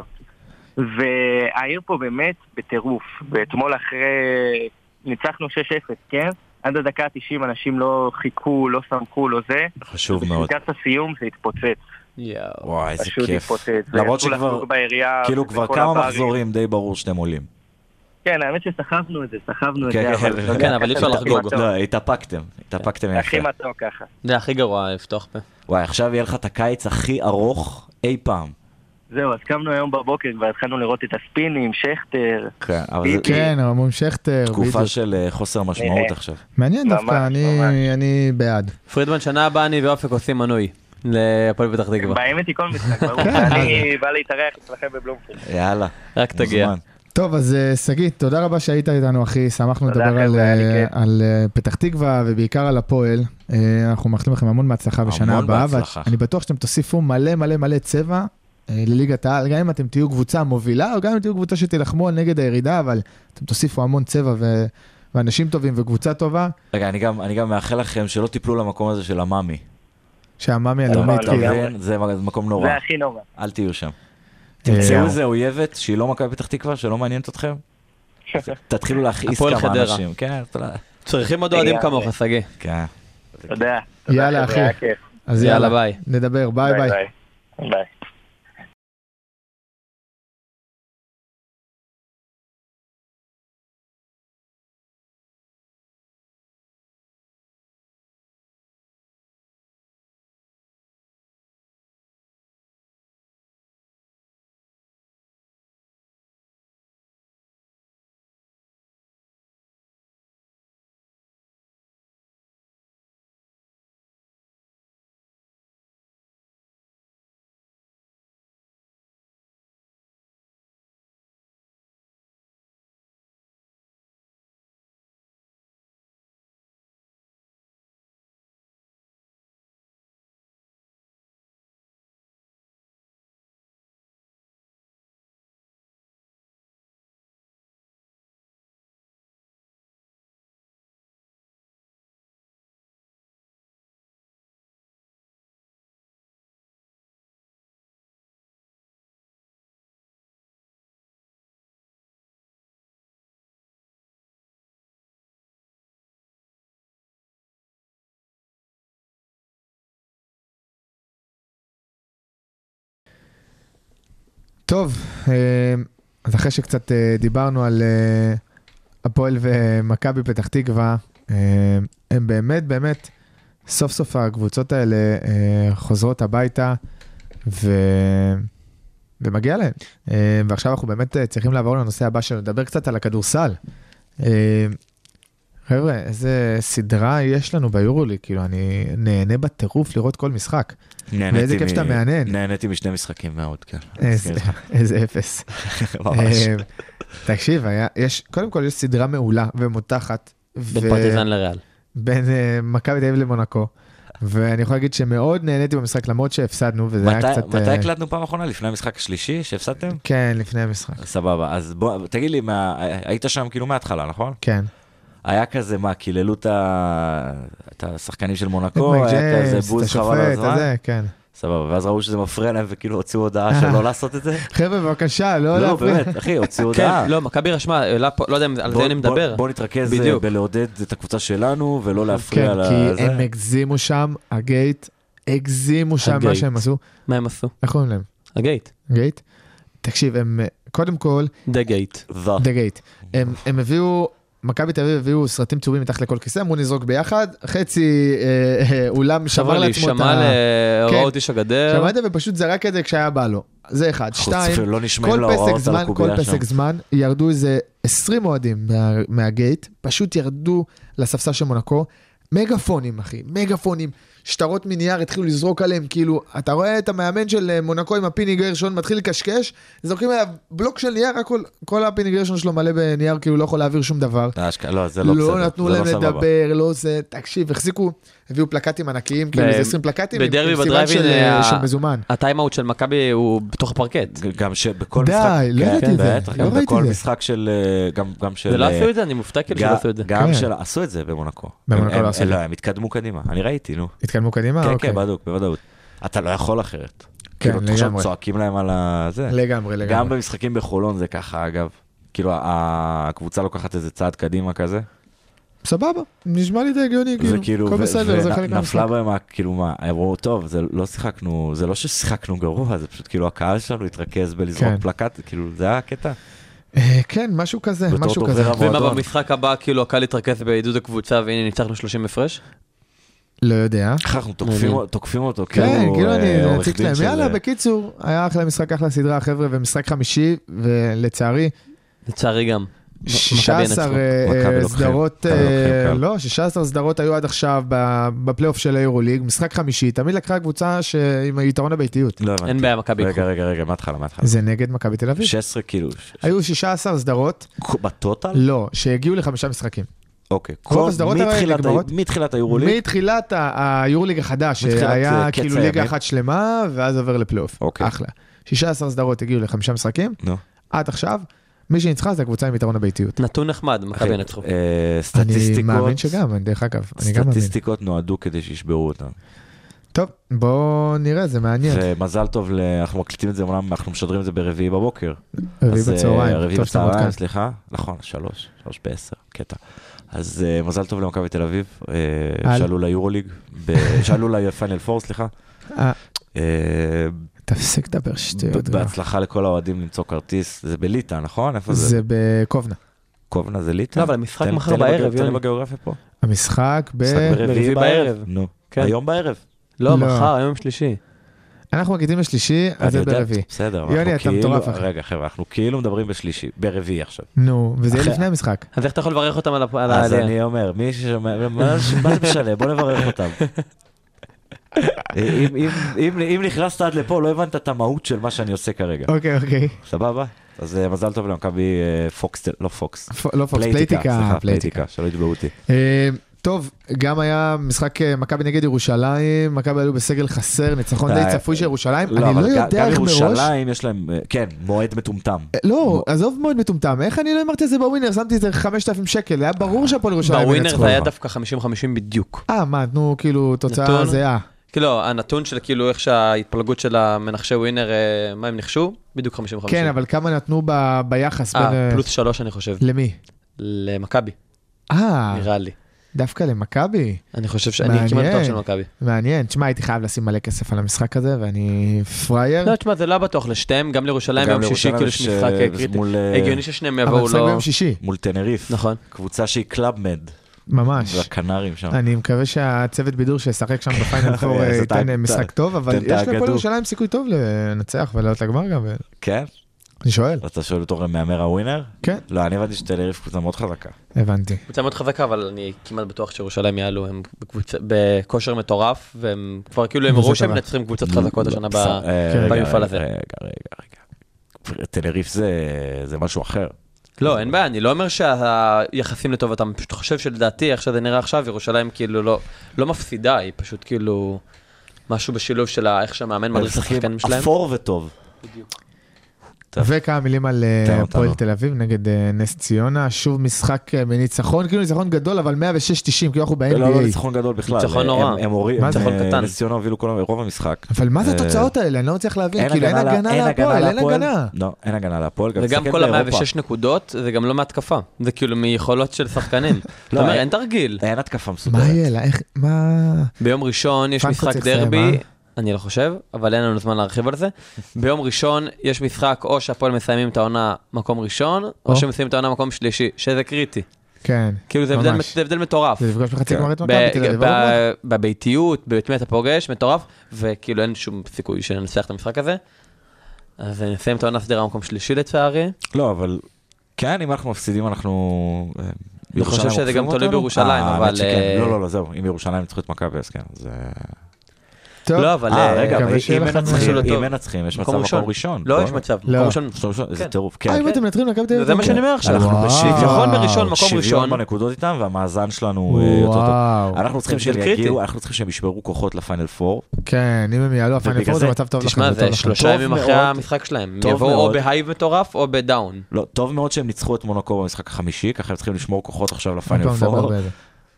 והעיר פה באמת בטירוף. ואתמול אחרי ניצחנו שש אפס, כן? עד הדקה ה-תשעים אנשים לא חיכו, לא סמכו, לא זה. חשוב מאוד. ובשקעת הסיום זה התפוצץ. יאו. וואי, איזה פשוט כיף. התפוצץ. למרות שכבר, כאילו כבר כמה מחזורים די ברור שאתם עולים. כן, האמת שסחבנו את זה, סחבנו את כן, זה. כן, כן, אבל אי אפשר לחגוג. לא, התאפקתם, התאפקתם יפה. הכי מתוק ככה. זה הכי גרוע, לפתוח פה. וואי, עכשיו יהיה לך את הקיץ הכי ארוך אי פעם. זהו, אז קמנו היום בבוקר, כבר התחלנו לראות את הספינים, שכטר. כן, אומרים שכטר. תקופה של חוסר משמעות עכשיו. מעניין דווקא, אני בעד. פרידמן, שנה הבאה אני ואופק עושים מנוי להפועל פתח תקווה. באמת היא כל משחק, ברור. אני בא להתארח אצלכם בבלומפילד. יאללה. רק תגיע. טוב, אז שגיא, תודה רבה שהיית איתנו, אחי. שמחנו לדבר על פתח תקווה ובעיקר על הפועל. אנחנו מאחלים לכם המון בהצלחה בשנה הבאה, ואני בטוח שאתם תוסיפו מלא מלא מלא צבע לליגת העל, גם אם אתם תהיו קבוצה מובילה, או גם אם תהיו קבוצה שתלחמו על נגד הירידה, אבל אתם תוסיפו המון צבע ו... ואנשים טובים וקבוצה טובה. רגע, אני גם, אני גם מאחל לכם שלא תיפלו למקום הזה של המאמי. שהמאמי הלאומית, כאילו. זה מקום נורא. זה הכי נורא. אל תהיו שם. תמצאו איזה אויבת שהיא לא מכבי פתח תקווה, שלא מעניינת אתכם. תתחילו להכעיס כמה אנשים. כן, צריכים עוד אוהדים כמוך, סגי. כן. תודה. יאללה, אחי. היה כיף. אז יאללה, יאללה, ביי. נדבר, ביי ביי. ביי. ביי. טוב, אז אחרי שקצת דיברנו על הפועל ומכבי פתח תקווה, הם באמת באמת סוף סוף הקבוצות האלה חוזרות הביתה ו... ומגיע להם. ועכשיו אנחנו באמת צריכים לעבור לנושא הבא שלנו, לדבר קצת על הכדורסל. חבר'ה, איזה סדרה יש לנו ביורוליג, כאילו אני נהנה בטירוף לראות כל משחק. ואיזה כיף שאתה מעניין. נהניתי משני משחקים מאוד, כן. איזה אפס. ממש. תקשיב, יש, קודם כל יש סדרה מעולה ומותחת. בין פרטיזן לריאל. בין מכבי תל אביב למונקו. ואני יכול להגיד שמאוד נהניתי במשחק, למרות שהפסדנו, וזה היה קצת... מתי הקלטנו פעם אחרונה? לפני המשחק השלישי שהפסדתם? כן, לפני המשחק. סבבה, אז בוא, תגיד לי, היית שם כאילו מההתחלה, נכון? כן. היה כזה, מה, קיללו את השחקנים של מונקו, היה כזה בוז חבל על הזמן? כן. סבבה, ואז ראו שזה מפריע להם וכאילו הוציאו הודעה של לא לעשות את זה? חבר'ה, בבקשה, לא להפריע. לא, באמת, אחי, הוציאו הודעה. כן, לא, מכבי רשמה, לא יודע על זה אני מדבר. בוא נתרכז בלעודד את הקבוצה שלנו ולא להפריע לזה. כן, כי הם הגזימו שם, הגייט, הגזימו שם מה שהם עשו. מה הם עשו? איך קוראים להם? הגייט. הגייט? תקשיב, הם, קודם כל... The Gate. The Gate. הם הביאו... מכבי תל אביב הביאו סרטים צהובים מתחת לכל כיסא, אמרו נזרוק ביחד, חצי אולם שמר לעצמו את ה... שמע להוראות איש הגדר. שמע את זה ופשוט זרק את זה כשהיה בא לו. זה אחד. שתיים, לא נשמעים להוראות על הקובייה כל פסק זמן ירדו איזה עשרים אוהדים מהגייט, פשוט ירדו לספסל של מונקו, מגפונים אחי, מגפונים, שטרות מנייר התחילו לזרוק עליהם, כאילו, אתה רואה את המאמן של מונקו עם הפיני גרשון, מתחיל לקשקש, זורקים עליו בלוק של נייר, כל, כל הפיני גרשון שלו מלא בנייר, כאילו לא יכול להעביר שום דבר. לא, זה לא בסדר. לא נתנו להם לדבר, לא זה, תקשיב, החזיקו, הביאו פלקטים ענקיים, כאילו זה עשרים פלקטים, בדרבי בדרייבין, של מזומן. הטיימאוט של מכבי הוא בתוך הפרקט. גם שבכל משחק... די, לא ראיתי את זה. גם בכל משחק של... גם של... זה לא עשו את זה, אני מופתע כאילו שלא עשו את זה. גם של... עשו את זה במונקו. במונקו לא עשו את זה. לא, הם התקדמו קדימה. אני ראיתי, נו. התקדמו קדימה? כן, כן, בדיוק, בוודאות. אתה לא יכול אחרת. כאילו, עכשיו צועקים להם על זה. לגמרי, לגמרי. גם במשחקים בחולון זה ככה, אגב. כאילו, הקבוצה לוקחת איזה צעד קדימה כזה. סבבה, נשמע לי די הגיוני, כאילו, כל בסדר, זה חלק מהמשחק. נפלה בהם, כאילו מה, אמרו, טוב, זה לא שיחקנו, זה לא ששיחקנו גרוע, זה פשוט כאילו הקהל שלנו התרכז בלזרוק פלקט, כאילו, זה היה הקטע. כן, משהו כזה, משהו כזה. ומה במשחק הבא, כאילו, הקהל התרכז בעידוד הקבוצה, והנה ניצחנו שלושים הפרש? לא יודע. אנחנו תוקפים אותו, כן, כאילו אני רציתי להם, יאללה, בקיצור, היה אחלה משחק, אחלה סדרה, חבר'ה, ומשחק חמישי, ולצערי, לצערי גם. שישה עשר סדרות, לא, שישה עשר סדרות היו עד עכשיו בפלייאוף של היורוליג, משחק חמישי, תמיד לקחה קבוצה עם היתרון הביתיות. אין בעיה, מכבי. רגע, רגע, רגע, מהתחלה, מהתחלה. זה נגד מכבי תל אביב. שש עשרה כאילו. היו שישה עשר סדרות. בטוטל? לא, שהגיעו לחמישה משחקים. אוקיי. כל הסדרות האלה נגמרות. מתחילת היורוליג? מתחילת היורוליג החדש, שהיה כאילו ליגה אחת שלמה, ואז עובר לפלייאוף. אחלה. שישה עשר סדרות הגיעו לחמישה משחקים. עד עכשיו. מי שניצחה זה הקבוצה עם יתרון הביתיות. נתון נחמד, מכבי ינצחו. סטטיסטיקות... אני מאמין שגם, דרך אגב. סטטיסטיקות נועדו כדי שישברו אותם. טוב, בואו נראה, זה מעניין. ומזל טוב, אנחנו מקליטים את זה, אנחנו משדרים את זה ברביעי בבוקר. רביעי בצהריים. רביעי בצהריים, סליחה. נכון, שלוש, שלוש בעשר, קטע. אז uh, מזל טוב למכבי תל אביב, uh, על? שעלו ליורוליג, ב- שעלו לפיינל פור, סליחה. אה, Uh, תפסיק לדבר שטויות. בהצלחה לכל האוהדים למצוא כרטיס, זה בליטא, נכון? איפה זה? זה בקובנה. קובנה זה ליטא? לא, אבל המשחק תן- מחר תן לי בערב, בגא- תן לי יוני. בגיאוגרפיה פה. המשחק ב... משחק ברביעי ברביעי בערב? בערב. נו, כן. היום בערב. לא, לא. מחר, היום שלישי. אנחנו מקליטים בשלישי, אז אני זה יודע, ברביעי. בסדר, אבל יוני, אנחנו אתה כאילו- מטורף, אחי. רגע, חבר'ה, אנחנו כאילו מדברים בשלישי, ברביעי עכשיו. נו, וזה יהיה אחרי- לפני המשחק. אז איך אתה יכול לברך אותם על ה- על אז העלייה? אני אומר, מי ששומע, מה מה זה משנה, בוא נברך אותם. אם- אם- אם אם נכנסת עד לפה, לא הבנת את המהות של מה שאני עושה כרגע. אוקיי, אוקיי. סבבה? אז אה, מזל טוב למכבי אה, פוקס, לא פוקס. פ- לא פוקס, פלייטיקה. סליחה, פלייטיקה. פלייטיקה, שלא יתבעו אותי. אה, טוב, גם היה משחק אה, מכבי נגד ירושלים, מכבי עלו בסגל חסר, ניצחון די אה, צפוי של ירושלים, לא, אני אבל לא גם- יודע גם איך מראש... ירושלים יש להם, אה, כן, מועד מטומטם. אה, לא, עזוב מאוד מטומטם, איך אני לא אמרתי את זה בווינר, שמתי את זה חמשת אלפים שקל, היה ברור שהפועל ירושלים בווינר ינצחו. זה היה דווקא חמישים חמישים בדיוק. אה, מה, תנו כאילו תוצאה נתון? זהה. כאילו, הנתון של כאילו איך שההתפלגות של המנחשי ווינר, אה, מה הם נחשו? בדיוק חמישים חמישים. כן, אבל כמה נתנו ב- ביחס בין... אה, אה, פלוס שלוש אני חושב. למי? למכבי, אה, נראה לי. דווקא למכבי. אני חושב שאני כמעט בטוח של מכבי. מעניין, תשמע, הייתי חייב לשים מלא כסף על המשחק הזה, ואני פרייר. לא, תשמע, זה לא בטוח לשתיהם, גם לירושלים גם ביום שישי, לירושלים כאילו יש יש, משחק אה, קריטי. מול, אה, הגיוני ששניהם אבל יבואו משחק לא... ביום שישי, מול טנריף. נכון. קבוצה שהיא קלאבמד. ממש. והקנרים שם. אני מקווה שהצוות בידור שישחק שם בפיינל פור אז אתה- ייתן משחק טוב, אבל תן את יש להפועל האגדו. ירושלים סיכוי טוב לנצח ולעלות לגמר גם. ו- כן? אני שואל. אתה שואל אותו מהמר הווינר? כן. לא, אני הבנתי שטנריף קבוצה מאוד חזקה. הבנתי. קבוצה מאוד חזקה, אבל אני כמעט בטוח שירושלים יעלו, הם בקבוצה- בכושר מטורף, והם כבר כאילו הם וזה הראו שהם קרה. מנצחים קבוצות חזקות השנה ב- בסדר, אה, כן. רגע, במפעל רגע, הזה. רגע, רגע, רגע. טנריף זה- זה משהו אחר. לא, אין בעיה, אני לא אומר שהיחסים לטובתם, פשוט חושב שלדעתי, איך שזה נראה עכשיו, ירושלים כאילו לא, לא מפסידה, היא פשוט כאילו משהו בשילוב של איך שהמאמן הם מדריך את משחקים השחקנים שלהם. אפור וטוב. טוב. וכמה מילים על אה, תן הפועל אותנו. תל אביב נגד אה, נס ציונה, שוב משחק אה, בניצחון, כאילו ניצחון גדול, אבל מאה ושש תשעים, כאילו אנחנו לא, לא ב-אן בי איי. ניצחון גדול בכלל. ניצחון הם- נורא. הם הורידו, מה זה? ניצחון קטן. נס ציונה הובילו כל רוב המשחק. אבל מה זה אה, התוצאות האלה? אני לא מצליח להבין, כאילו אין לה- הגנה להפועל, אין להפועל. הגנה. לא, אין הגנה להפועל. גם וגם משחקת כל ה-מאה באירופה. ושש נקודות, זה גם לא מהתקפה, זה כאילו מיכולות של שחקנים. אתה אומר, אין- אין תרגיל. אין התקפה מה מסודרת. יהיה לה? איך, מה... ביום ראשון יש פרנקפורט משחק צריך לסיים, דרבי, אה? אני לא חושב, אבל אין לנו זמן להרחיב על זה. ביום ראשון יש משחק או שהפועל מסיימים את העונה מקום ראשון, או. או שמסיימים את העונה מקום שלישי, שזה קריטי. כן, כאילו זה הבדל- ממש. זה הבדל מטורף. זה לפגוש בחצי כן. גמר את ב- מכבי תל אביב. ב- אבל בביתיות, את מי אתה פוגש, מטורף, וכאילו אין שום סיכוי שננצח את המשחק הזה. אז נסיים את העונה סדירה במקום שלישי לצערי. לא, אבל כן, אם אנחנו מפסידים, אנחנו... אה, אני חושב ירושלים שזה גם עוקפים תלוי אותנו? בירושלים, אה, אבל, האמת שכן. אה, לא, לא, לא, זהו. אם ירושלים ניצחו את מכבי, אז כן. אז... אה, טוב, לא, אבל... אה, אה, רגע, מקווה אבל שיהיה אם לכם מנצחים, משהו לא אם טוב. מנצחים, יש מצב מקום מקום ראשון. ראשון. לא, בוא יש נ- מצב. לא. מקום ראשון. מקום ראשון, איזה כן. טירוף. אה, כן. אם אתם מנצחים למכבי תל אביב. זה מה שאני אומר עכשיו. אנחנו וואו. ניצחון בראשון, מקום שוויון ראשון. בנקודות איתם, והמאזן שלנו אה, יותר טוב. וואו. אנחנו צריכים זה שהם קריטי. יגיעו, אנחנו צריכים שהם ישברו כוחות לפיינל פור. כן, אם הם יעלו, הפיינל ובגלל פור זה זה- מצב טוב לכם. תשמע, זה זה טוב לכם. שלושה טוב ימים אחרי מאוד. המשחק שלהם. הם טוב יבואו או מאוד. בהייב מטורף או בדאון. לא, טוב מאוד שהם ניצחו את מונקו במשחק החמישי, ככה הם צריכים לשמור כוחות עכשיו עוד לפיינל פעם נדבר פור, באיזה.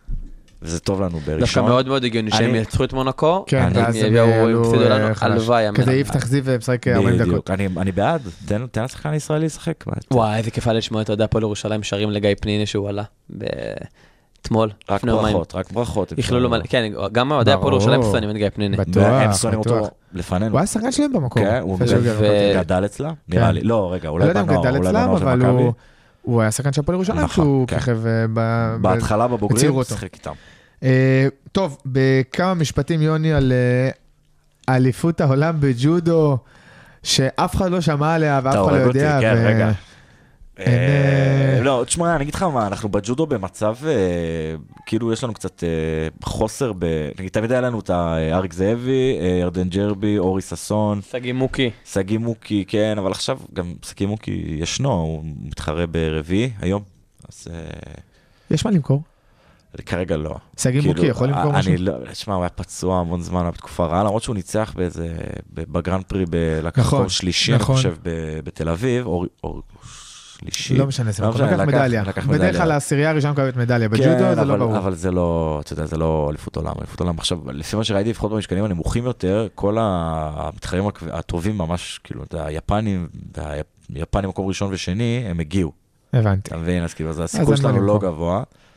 וזה טוב לנו דווקא בראשון. מאוד מאוד הגיוני שהם אני- ינצחו את מונקו. כן, אני- ואז הם יביאו, יעלו יפסידו לנו, אה, חלש. הלוואי, אמן. כדי יפתח זיו ומשחק ארבעים דקות. בדיוק. אני אני בעד, תן תן לשחקן הישראלי לשחק. וואי, איזה כיף היה לשמוע, אתה יודע, פה לירושלים שרים לגיא פניני שהוא עלה. ב- אתמול, רק לפני יומיים. ברכות, רק ברכות. יכלו לו מלא, כן, גם אוהדי הפועל ברור. ירושלים שונאים את גיא פניני. בטוח, הם שונאים בטוח. אותו לפנינו. הוא היה שחקן שלהם במקום. כן, הוא לפני שהוא הגיע ו- למכבי. גדל אצלה? נראה לי. לא, רגע, אני אולי לא יודע אם בנוער, גדל אולי אצלם, בנוער של אבל מכבי. הוא- הוא היה שחקן של הפועל ירושלים נכון, שהוא כן. ככב אה, ב- ב- בהתחלה הציעו בבוגרים, אותו. שיחק איתם. אה, טוב, בכמה משפטים יוני על אה, אליפות העולם בג'ודו, שאף אחד לא שמע עליה ואף אתה אחד לא הורג אותי, יודע. כן, ו- רגע. אין, אה, אה, לא, תשמע, אני אגיד לך מה, אנחנו בג'ודו במצב, אה, כאילו יש לנו קצת אה, חוסר ב... נגיד, תמיד היה לנו את האריק זאבי, אה, ירדן ג'רבי, אורי ששון, סגי מוקי. סגי מוקי, כן, אבל עכשיו גם סגי מוקי ישנו, הוא מתחרה ברביעי היום, אז אה, יש מה למכור. כרגע לא. סגי כאילו, מוקי יכול למכור אני משהו? לא, תשמע, הוא היה פצוע המון זמן, היה בתקופה רעה, למרות שהוא ניצח באיזה, בגרנד פרי, לקח נכון, מקום שלישי, אני נכון. חושב, ב- בתל אביב, או או שלישי. לא משנה, זה לא מקום. משנה, לקח לקח- מדליה. לקח בדרך מדליה. כלל העשירייה הראשונה מקבלת מדליה. בג'ודו כן, זה לא אבל- ברור. אבל זה לא, אתה יודע, זה לא אליפות עולם, אליפות עולם. עכשיו, לפי מה שראיתי, לפחות במשקלים הנמוכים יותר, כל המתחרים הטובים ממש, כאילו, אתה יודע, היפנים, והיפנים מקום ראשון ושני, הם הגיעו. הבנתי. אתה מבין? אז כאילו, אז אין הסיכוי מה שלנו לא למכור. גבוה.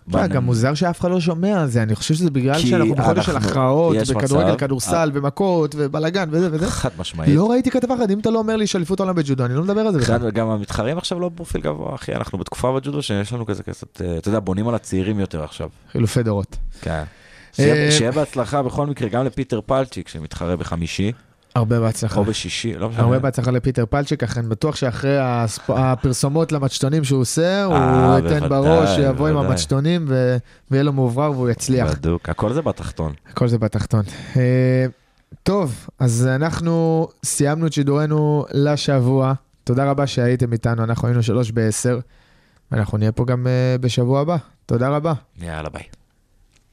גם מוזר שאף אחד לא שומע על זה, אני חושב שזה בגלל שאנחנו בחודש של הכרעות, בכדורגל, כדורסל, ומכות, ובלגן, וזה וזה. חד משמעית. לא ראיתי כתבה אחת, אם אתה לא אומר לי שאליפות העולם בג'ודו, אני לא מדבר על זה בכלל. גם המתחרים עכשיו לא בפרופיל גבוה, אחי, אנחנו בתקופה בג'ודו שיש לנו כזה כסת, אתה יודע, בונים על הצעירים יותר עכשיו. חילופי דורות. כן. שיהיה בהצלחה בכל מקרה, גם לפיטר פלצ'יק, שמתחרה בחמישי. הרבה בהצלחה. או בשישי, לא משנה. הרבה בהצלחה לפיטר פלצ'יק, אך אני בטוח שאחרי הפרסומות למצ'טונים שהוא עושה, הוא ייתן בראש, יבוא עם המצ'טונים, ויהיה לו מעוברר והוא יצליח. בדיוק, הכל זה בתחתון. הכל זה בתחתון. טוב, אז אנחנו סיימנו את שידורנו לשבוע. תודה רבה שהייתם איתנו, אנחנו היינו שלוש בעשר, ואנחנו נהיה פה גם בשבוע הבא. תודה רבה. יאללה, ביי.